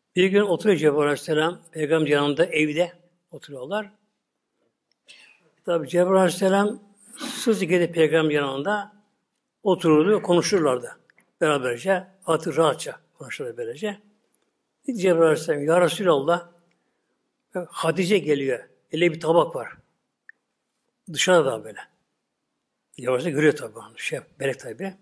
Bir gün oturuyor Cebrail Aleyhisselam, Peygamber yanında evde oturuyorlar. Tabi Cebrail Aleyhisselam sızı gelip Peygamber yanında otururdu, konuşurlardı. Beraberce, artık rahatça konuşurlar böylece. Cebrail Aleyhisselam, Ya Resulallah, Hatice geliyor. Ele bir tabak var. Dışarıda böyle. Yavaşça görüyor tabi onu. Melek tabi.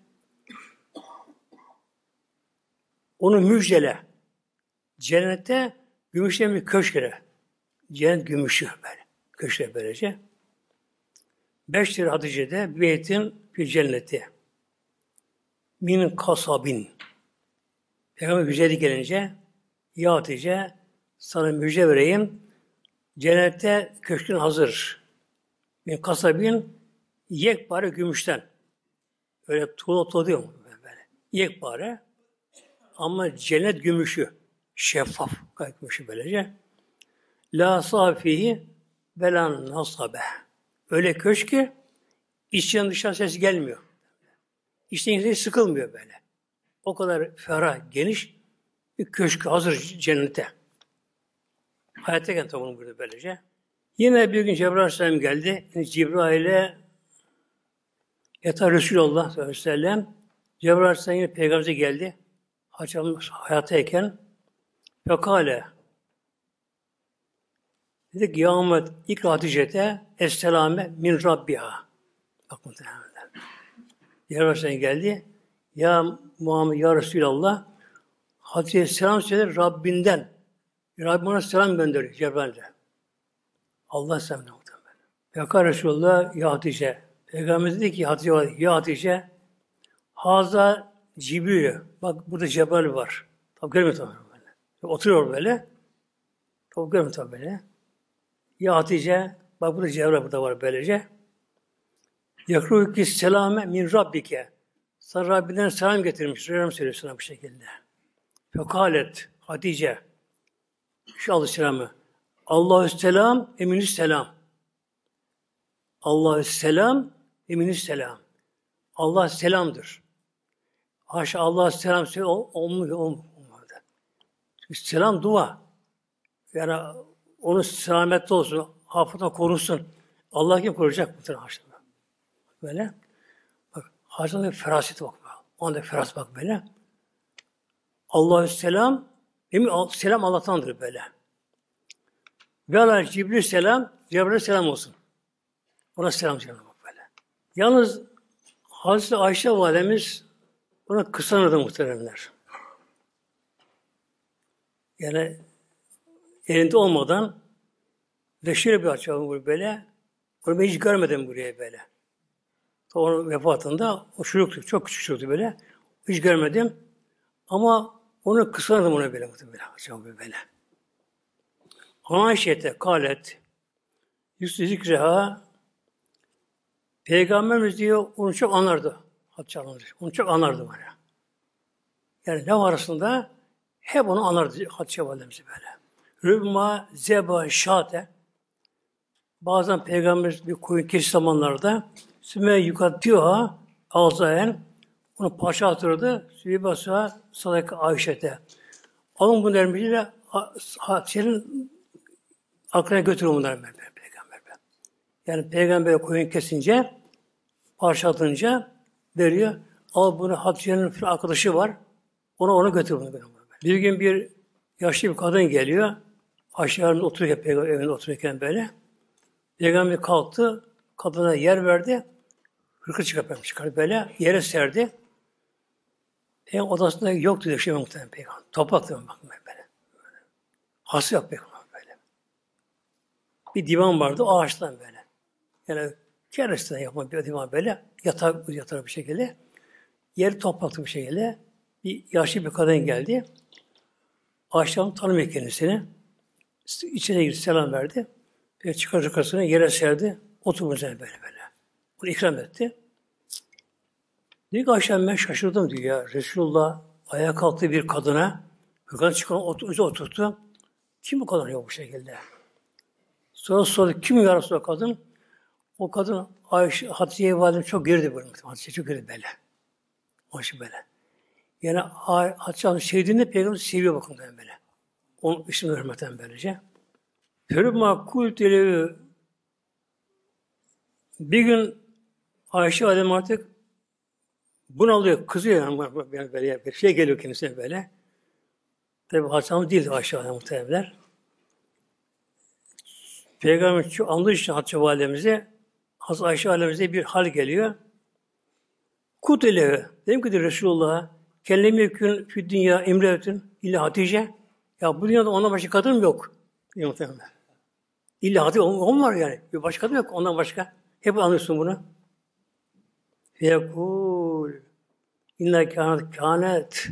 Onu müjdele. Cennette gümüşten bir köşkere. Cennet gümüşü böyle. Köşkere böylece. 5 lira Hatice'de beytin bir cenneti. Min kasabin. Peygamber güzellik gelince Ya Hatice sana müjde vereyim. Cennette köşkün hazır. Min kasabin yekpare gümüşten. Öyle tuğla diyor mu? Böyle. Yekpare ama cennet gümüşü. Şeffaf. Gümüşü böylece. La safihi velan nasabe. Öyle köşk ki içten dıştan ses gelmiyor. İçten ses sıkılmıyor böyle. O kadar ferah, geniş bir köşk hazır cennete. Hayattayken tabi bunu burada böylece. Yine bir gün Cebrail Aleyhisselam geldi. Yani Cibrail'e Yata Resulullah sallallahu aleyhi ve sellem Cebrail Aleyhisselam yine Peygamber'e geldi. Hayattayken Fekale dedi ki Ya Muhammed İkra Hatice'te Esselame min Rabbiha. Bak muhtemelen. Cebrail Aleyhisselam geldi. Ya Muhammed Ya Resulallah Hatice'ye selam söyle Rabbinden. Rabbim ona selam gönderiyor Cebrail'e. Allah selamına muhtemelen. Fekale Resulullah Ya Hatice. Peygamber dedi ki Hatice Ya Hatice Haza Cibril. Bak burada Cebrail var. Tabi görmüyor tabi böyle. Oturuyor böyle. Tabi görmüyor tabi böyle. Ya Hatice bak burada Cebrail burada var böylece. Yakruki selame min Rabbike. Sana Rabbinden selam getirmiş. Selam söylüyor sana bu şekilde. Fekalet Hatice. Şu alışıramı. Allahü selam, eminü selam. Allahü selam, eminü selam. Allah selamdır. Haşa Allah'a selam söyle olmuyor. Çünkü selam dua. Yani onun selametli olsun, hafızdan korusun. Allah kim koruyacak bu haşa. Böyle. Bak haşa feraseti bak. Onda feraset bak böyle. Allahü selam, selam Allah'tandır böyle. Ve Allah Cibril selam, Cebrail selam olsun. Ona selam söylüyor bak böyle. Yalnız Hazreti Ayşe validemiz buna kısanırdı muhteremler. Yani elinde olmadan ve şöyle bir açalım böyle. Onu ben hiç görmedim buraya böyle. Onun vefatında o çocuktu, çok küçük çocuktu böyle. Hiç görmedim. Ama onu kısanırdım ona böyle muhtemelen. Açalım böyle. Ayşe'te kalet zikreha Peygamberimiz diyor onu çok anlardı. Hatice anlardı. Onu çok anlardı böyle. Yani ne arasında hep onu anlardı Hatice validemizi böyle. Rübma zeba şate bazen Peygamber bir koyun keşif zamanlarda süme yukattiyoha alzayen onu paşa atırdı. Sübibasa sadaka Ayşe'te. Alın bunların emriyle Hatice'nin aklına götürün bunları Peygamber. Yani Peygamber koyun kesince parça atınca veriyor. Al bunu Hatice'nin bir arkadaşı var. Ona götür bunu. Bir gün bir yaşlı bir kadın geliyor. Aşağıda otururken, Peygamber evinde otururken böyle. Peygamber kalktı. Kadına yer verdi. Hırkı çıkarttı böyle. Yere serdi. Peygamber odasında yoktu diyor. Muhtemelen Peygamber. Topraktı böyle. Hası yok Peygamber böyle. Bir divan vardı ağaçtan böyle. Yani keresinden yapma bir divan böyle. Yatar bir şekilde. Yeri topraktı bir şekilde. Bir yaşlı bir kadın geldi. Ağaçtan tanımıyor kendisini. İçeri girdi, selam verdi. Bir çıkar hırkasını yere serdi. Oturdu üzerine böyle. Bunu ikram etti. Diyor ki Ayşe ben şaşırdım diyor ya. Resulullah ayağa kalktı bir kadına. Hırkanı çıkan oturttu. Kim bu kadın yok bu şekilde? Sonra sordu. Kim ya Resulullah kadın? O kadın Ayşe, Hatice'ye validem çok girdi böyle. Hatice çok girdi böyle. O şey böyle. Yani Hatice Hanım sevdiğinde Peygamber seviyor bakın böyle. Onun ismini hürmeten böylece. Hürma kultelevi bir gün Ayşe Validem artık bunalıyor, kızıyor yani böyle bir şey geliyor kendisine böyle. Tabi Hasan değil Ayşe Validem muhtemelenler. Peygamber şu andığı için Hatice Validemize Hazreti Ayşe Validemize bir hal geliyor. Kutelevi. Dedim ki Resulullah'a kellem yekün fü dünya imretün illa Hatice. Ya bu dünyada ondan başka kadın yok. Muhtemelen. İlla Hatice on var yani. Bir başka kadın yok ondan başka. Hep anlıyorsun bunu. Fiyekul inna kânet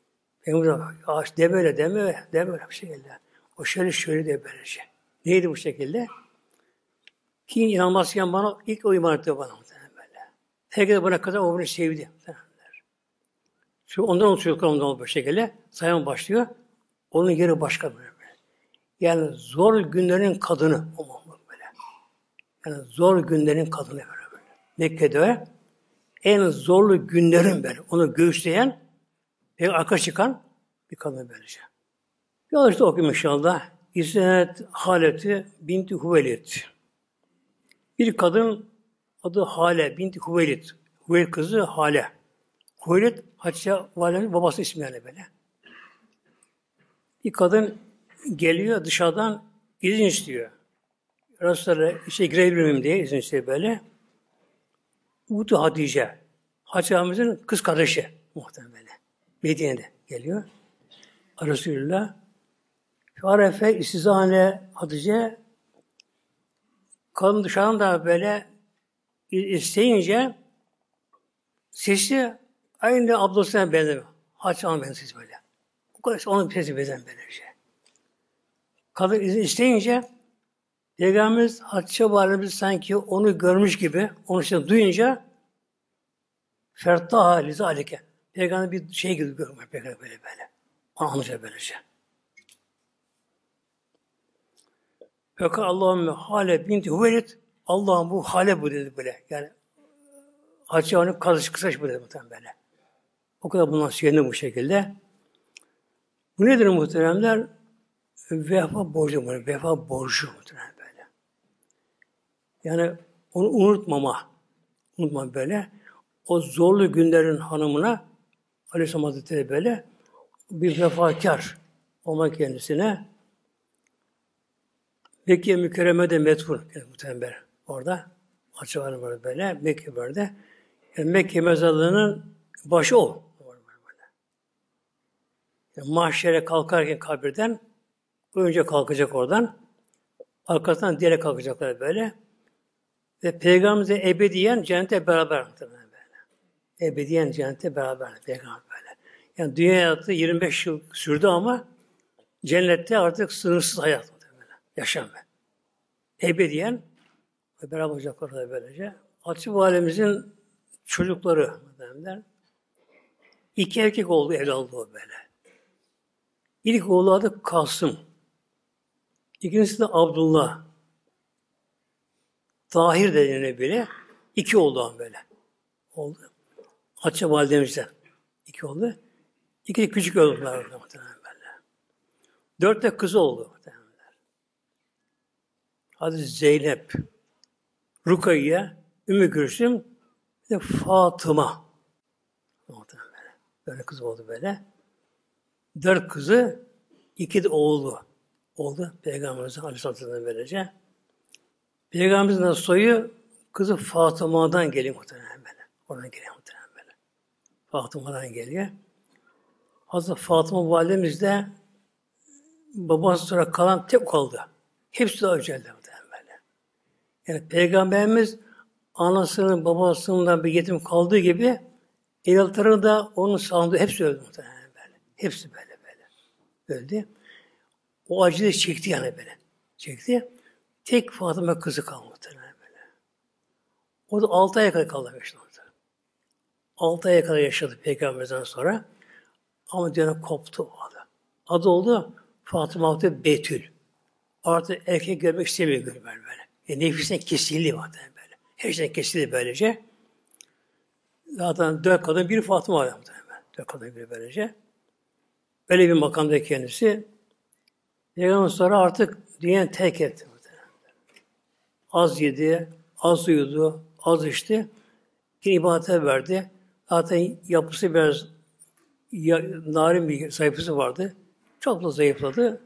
de böyle deme bir şekilde. O şöyle de böylece. Neydi bu şekilde? Kim inanmazken bana ilk o iman etti bana. Böyle. Herkes bana kadar o beni sevdi. Çünkü ondan o çocuklar ondan bu şekilde sayma başlıyor. Onun yeri başka böyle. Yani zor günlerin kadını o böyle. Yani zor günlerin kadını böyle. Mekke'de en zorlu günlerin böyle. Onu göğüsleyen ve arka çıkan bir kadın böylece. Yol işte okuyayım inşallah. İsnet Haleti binti Hüvelid. Bir kadın adı Hale binti Hüvelid. Hüvelid kızı Hale. Hüvelid Hatice Validem'in babası ismi yani böyle. Bir kadın geliyor dışarıdan izin istiyor. Resulullah işe girebilir miyim diye izin istiyor böyle. Utu Hatice. Hatice'mizin kız kardeşi muhtemelen böyle. Medine'de geliyor. Resulullah Arefe istizane Hatice kadın dışarıdan da böyle isteyince sesi aynı ablasına benziyor. Hatice'nin benziyor sesi böyle. O kadar onun sesi benziyor böyle şey. Kadın izin isteyince Peygamberimiz Hatice Validemiz sanki onu görmüş gibi onu işte duyunca fertaha lizalike. Peygamber bir şey gibi görmüyor Peygamber böyle. Onu anlayacak böylece. Fakat Allahümme Hale binti Hüvelid Allah'ım bu Hale bu dedi böyle. Yani Hatice onun kardeşi kısaç bu dedi muhtemelen böyle. O kadar bundan sevindi bu şekilde. Bu nedir muhteremler? Vefa borcu mu? Vefa borcu muhtemelen böyle. Yani onu unutmama. Unutma böyle. O zorlu günlerin hanımına Aleyhisselam Hazretleri böyle bir vefakar olmak kendisine Mekke mükerremede metfun muhtemelen orada açı var böyle Mekke böyle. Yani Mekke mezarlığının başı o. Yani mahşere kalkarken kabirden önce kalkacak oradan. Arkasından diğeri kalkacaklar böyle. Ve Peygamberimizle ebediyen cennete beraber böyle. Ebediyen cennete beraber Peygamber böyle. Yani dünya hayatı 25 yıl sürdü ama cennette artık sınırsız hayat böyle. Yaşam böyle. Ebediyen ve beraber olacaklar da böylece. Hatice Validemizin çocukları derler. İki erkek oldu, evladı o böyle. İlk oğlu adı Kasım. İkincisi de Abdullah. Tahir dediğine bile iki oldu böyle. Oldu. Hatice Validemizden iki oldu. İki de küçük oldular muhtemelen böyle. 4 de kızı oldu muhtemelen. Hazreti Zeynep, Rukayye, Ümmü Gülsüm ve Fatıma. Muhtemelen böyle. Böyle kız oldu böyle. 4 kızı, 2 de oğlu oldu. Peygamberimizin Aleyhisselatü'nden böylece. Peygamberimizin soyu kızı Fatıma'dan geliyor muhtemelen böyle. Oradan geliyor muhtemelen böyle. Fatıma'dan geliyor. Hazreti Fatıma validemiz de babası sonra kalan tek kaldı. Hepsi de öceldi muhtemelen böyle. Yani Peygamberimiz anasının babasından bir yetim kaldığı gibi evlatları da onun sağladığı hepsi öldü muhtemelen böyle. Hepsi böyle. Öldü. O acıyı çekti yani böyle. Çekti. Tek Fatıma kızı kaldı muhtemelen böyle. O da 6 aya kadar kaldı. 6 aya kadar yaşadı Peygamberden sonra. Ama diyor koptu o adı. Adı oldu Fatıma Hatı Betül. Artık erkek görmek istemiyor böyle. Nefisine kesildi muhtemelen böyle. Her şeyden kesildi böylece. Zaten 4 kadın bir Fatıma var muhtemelen. 4 kadın bir böylece. Öyle bir makamda kendisi. Peygamber sonra artık dünyayı terk etti. Az yedi, az uyudu, az içti. Yine ibadete verdi. Zaten yapısı biraz narin bir zayıflısı vardı. Çok da zayıfladı.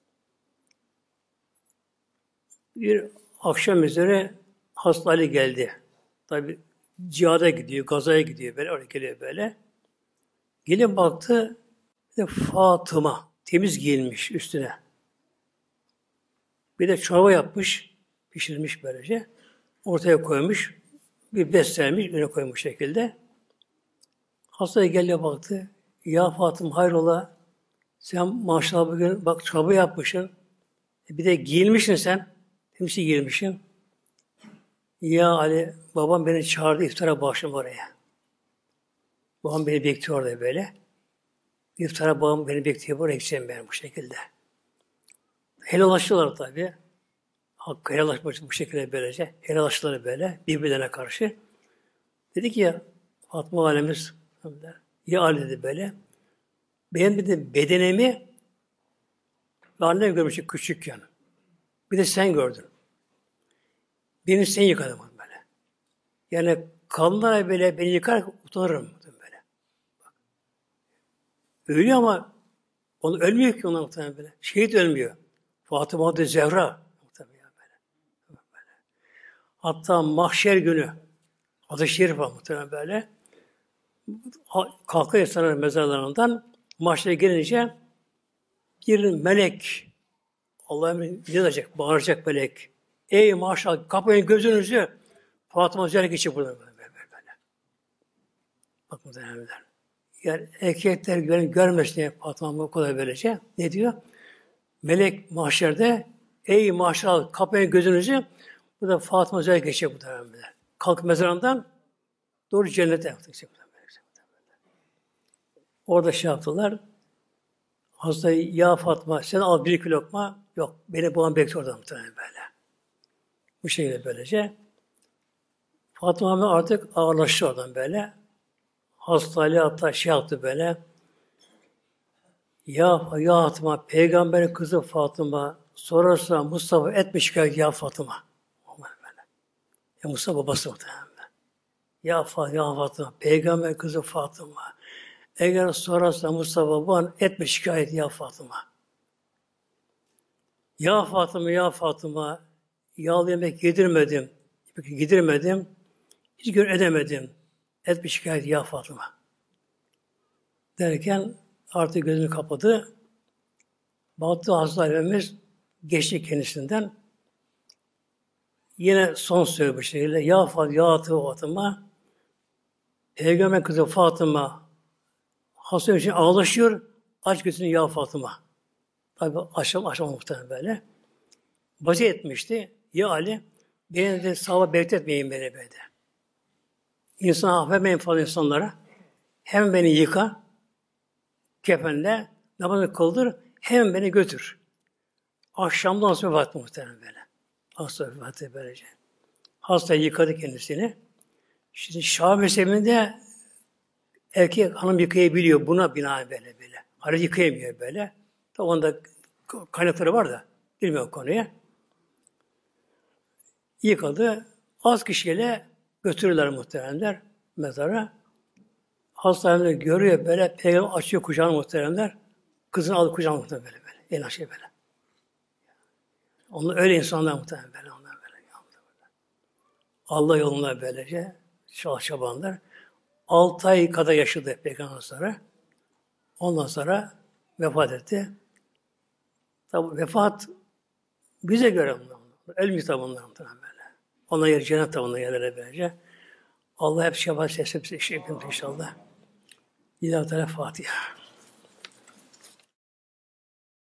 Bir akşam üzere hasta hali geldi. Tabi cihada gidiyor, gazaya gidiyor böyle, oraya geliyor böyle. Gelin baktı, bir de Fatıma temiz giyinmiş üstüne. Bir de çorba yapmış, pişirmiş böylece. Ortaya koymuş, bir beslenmiş, öne koymuş şekilde. Hastaya geliyor baktı. Ya Fatıma hayrola, sen maşallah bugün bak çorba yapmışsın. Bir de giyinmişsin sen. Temiz giyinmişsin. Ya Ali, babam beni çağırdı, iftara başladım oraya. Babam beni bekliyor orada böyle. İftara babam beni bekliyor, oraya gideceğim ben bu şekilde. Helallaşıyorlar tabii. Hakkı helallaşmak bu şekilde böylece. Helallaştılar böyle, birbirlerine karşı. Dedi ki ya, Fatma Validemiz, ya Ali dedi böyle, benim dedi bedenimi annem görmüş küçükken. Bir de sen gördün. Beni sen yıkadın böyle. Yani kadınlara böyle beni yıkar utanırım böyle. Ölüyor ama onu ölmüyor ki onlar muhtemelen böyle. Şehit ölmüyor. Fatıma adı Zehra. Muhtemelen böyle. Hatta mahşer günü adı şerif var muhtemelen böyle. Kalkıyor insanların mezarlarından mahşere gelince bir melek Allah'a ne diyecek? Bağıracak melek. Ey maşallah kapayın gözünüzü. Fatıma Zehra geçip burada böyle. Bak muhtemelenler. Yani erkekler görmesin diye Fatıma o kadar böylece. Ne diyor? Melek mahşerde ey maşallah kapayın gözünüzü. Burada Fatıma Zehra geçecek muhtemelenler. Kalk mezarından doğru cennete. Orada şey yaptılar. Hastayı ya Fatma sen al bir iki lokma. Yok beni babam bekliyor orada muhtemelen böyle. Bu şekilde böylece. Fatıma artık ağırlaştı oradan böyle. Hastayla hatta şey yaptı böyle. Ya Fatıma, peygamberin kızı Fatıma, sorarsa Mustafa etme şikayet ya Fatıma. Böyle. Ya Mustafa babası muhtemelen. Ya Fatıma, peygamberin kızı Fatıma. Eğer sorarsa Mustafa baban etme şikayet ya Fatıma. Ya Fatıma, yağlı yemek yedirmedim. Yedirmedim. Hiç gün edemedim. Etme şikayet ya Fatıma. Derken artık gözünü kapadı. Baktı Hazreti Efendimiz geçti kendisinden. Yine son söylüyor bu şekilde. Ya Fatıma, Peygamber kızı Fatıma hasta için ağlaşıyor. Aç gözünü ya Fatıma. Tabi aşama muhtemelen böyle. Vazi etmişti. Ya Ali, beni de sağlığa bekletmeyin beni böyle. İnsan affetmeyin fazla insanlara. Hem beni yıka, kefenle, namazı kıldır, hem beni götür. Akşamdan sonra vefat muhtemelen böyle. Hasta vefatı böylece. Hasta yıkadı kendisini. Şimdi Şah mezhebinde erkek hanım yıkayabiliyor buna binaen böyle. Hani yıkayamıyor böyle. Tabi onda kaynakları var da bilmiyorum konuya. Yıkadı. Az kişiyle götürürler muhteremler mezara. Hastanede görüyor böyle, peygamber açıyor kucağını muhteremler. Kızını alıp kucağına muhterem böyle. En aşağı böyle. Onlar öyle insanlar muhterem böyle. Onlar böyle. Allah yolunda böylece çabanlar. 6 ay kadar yaşadı peygamber sonra. Ondan sonra vefat etti. Tabi vefat bize göre ölmüş tabi onlar muhterem böyle. Onlar yer cennet tabi onlar yerlere böylece. Allah hep şefaat etsin inşallah. İlahi Teala Fatiha.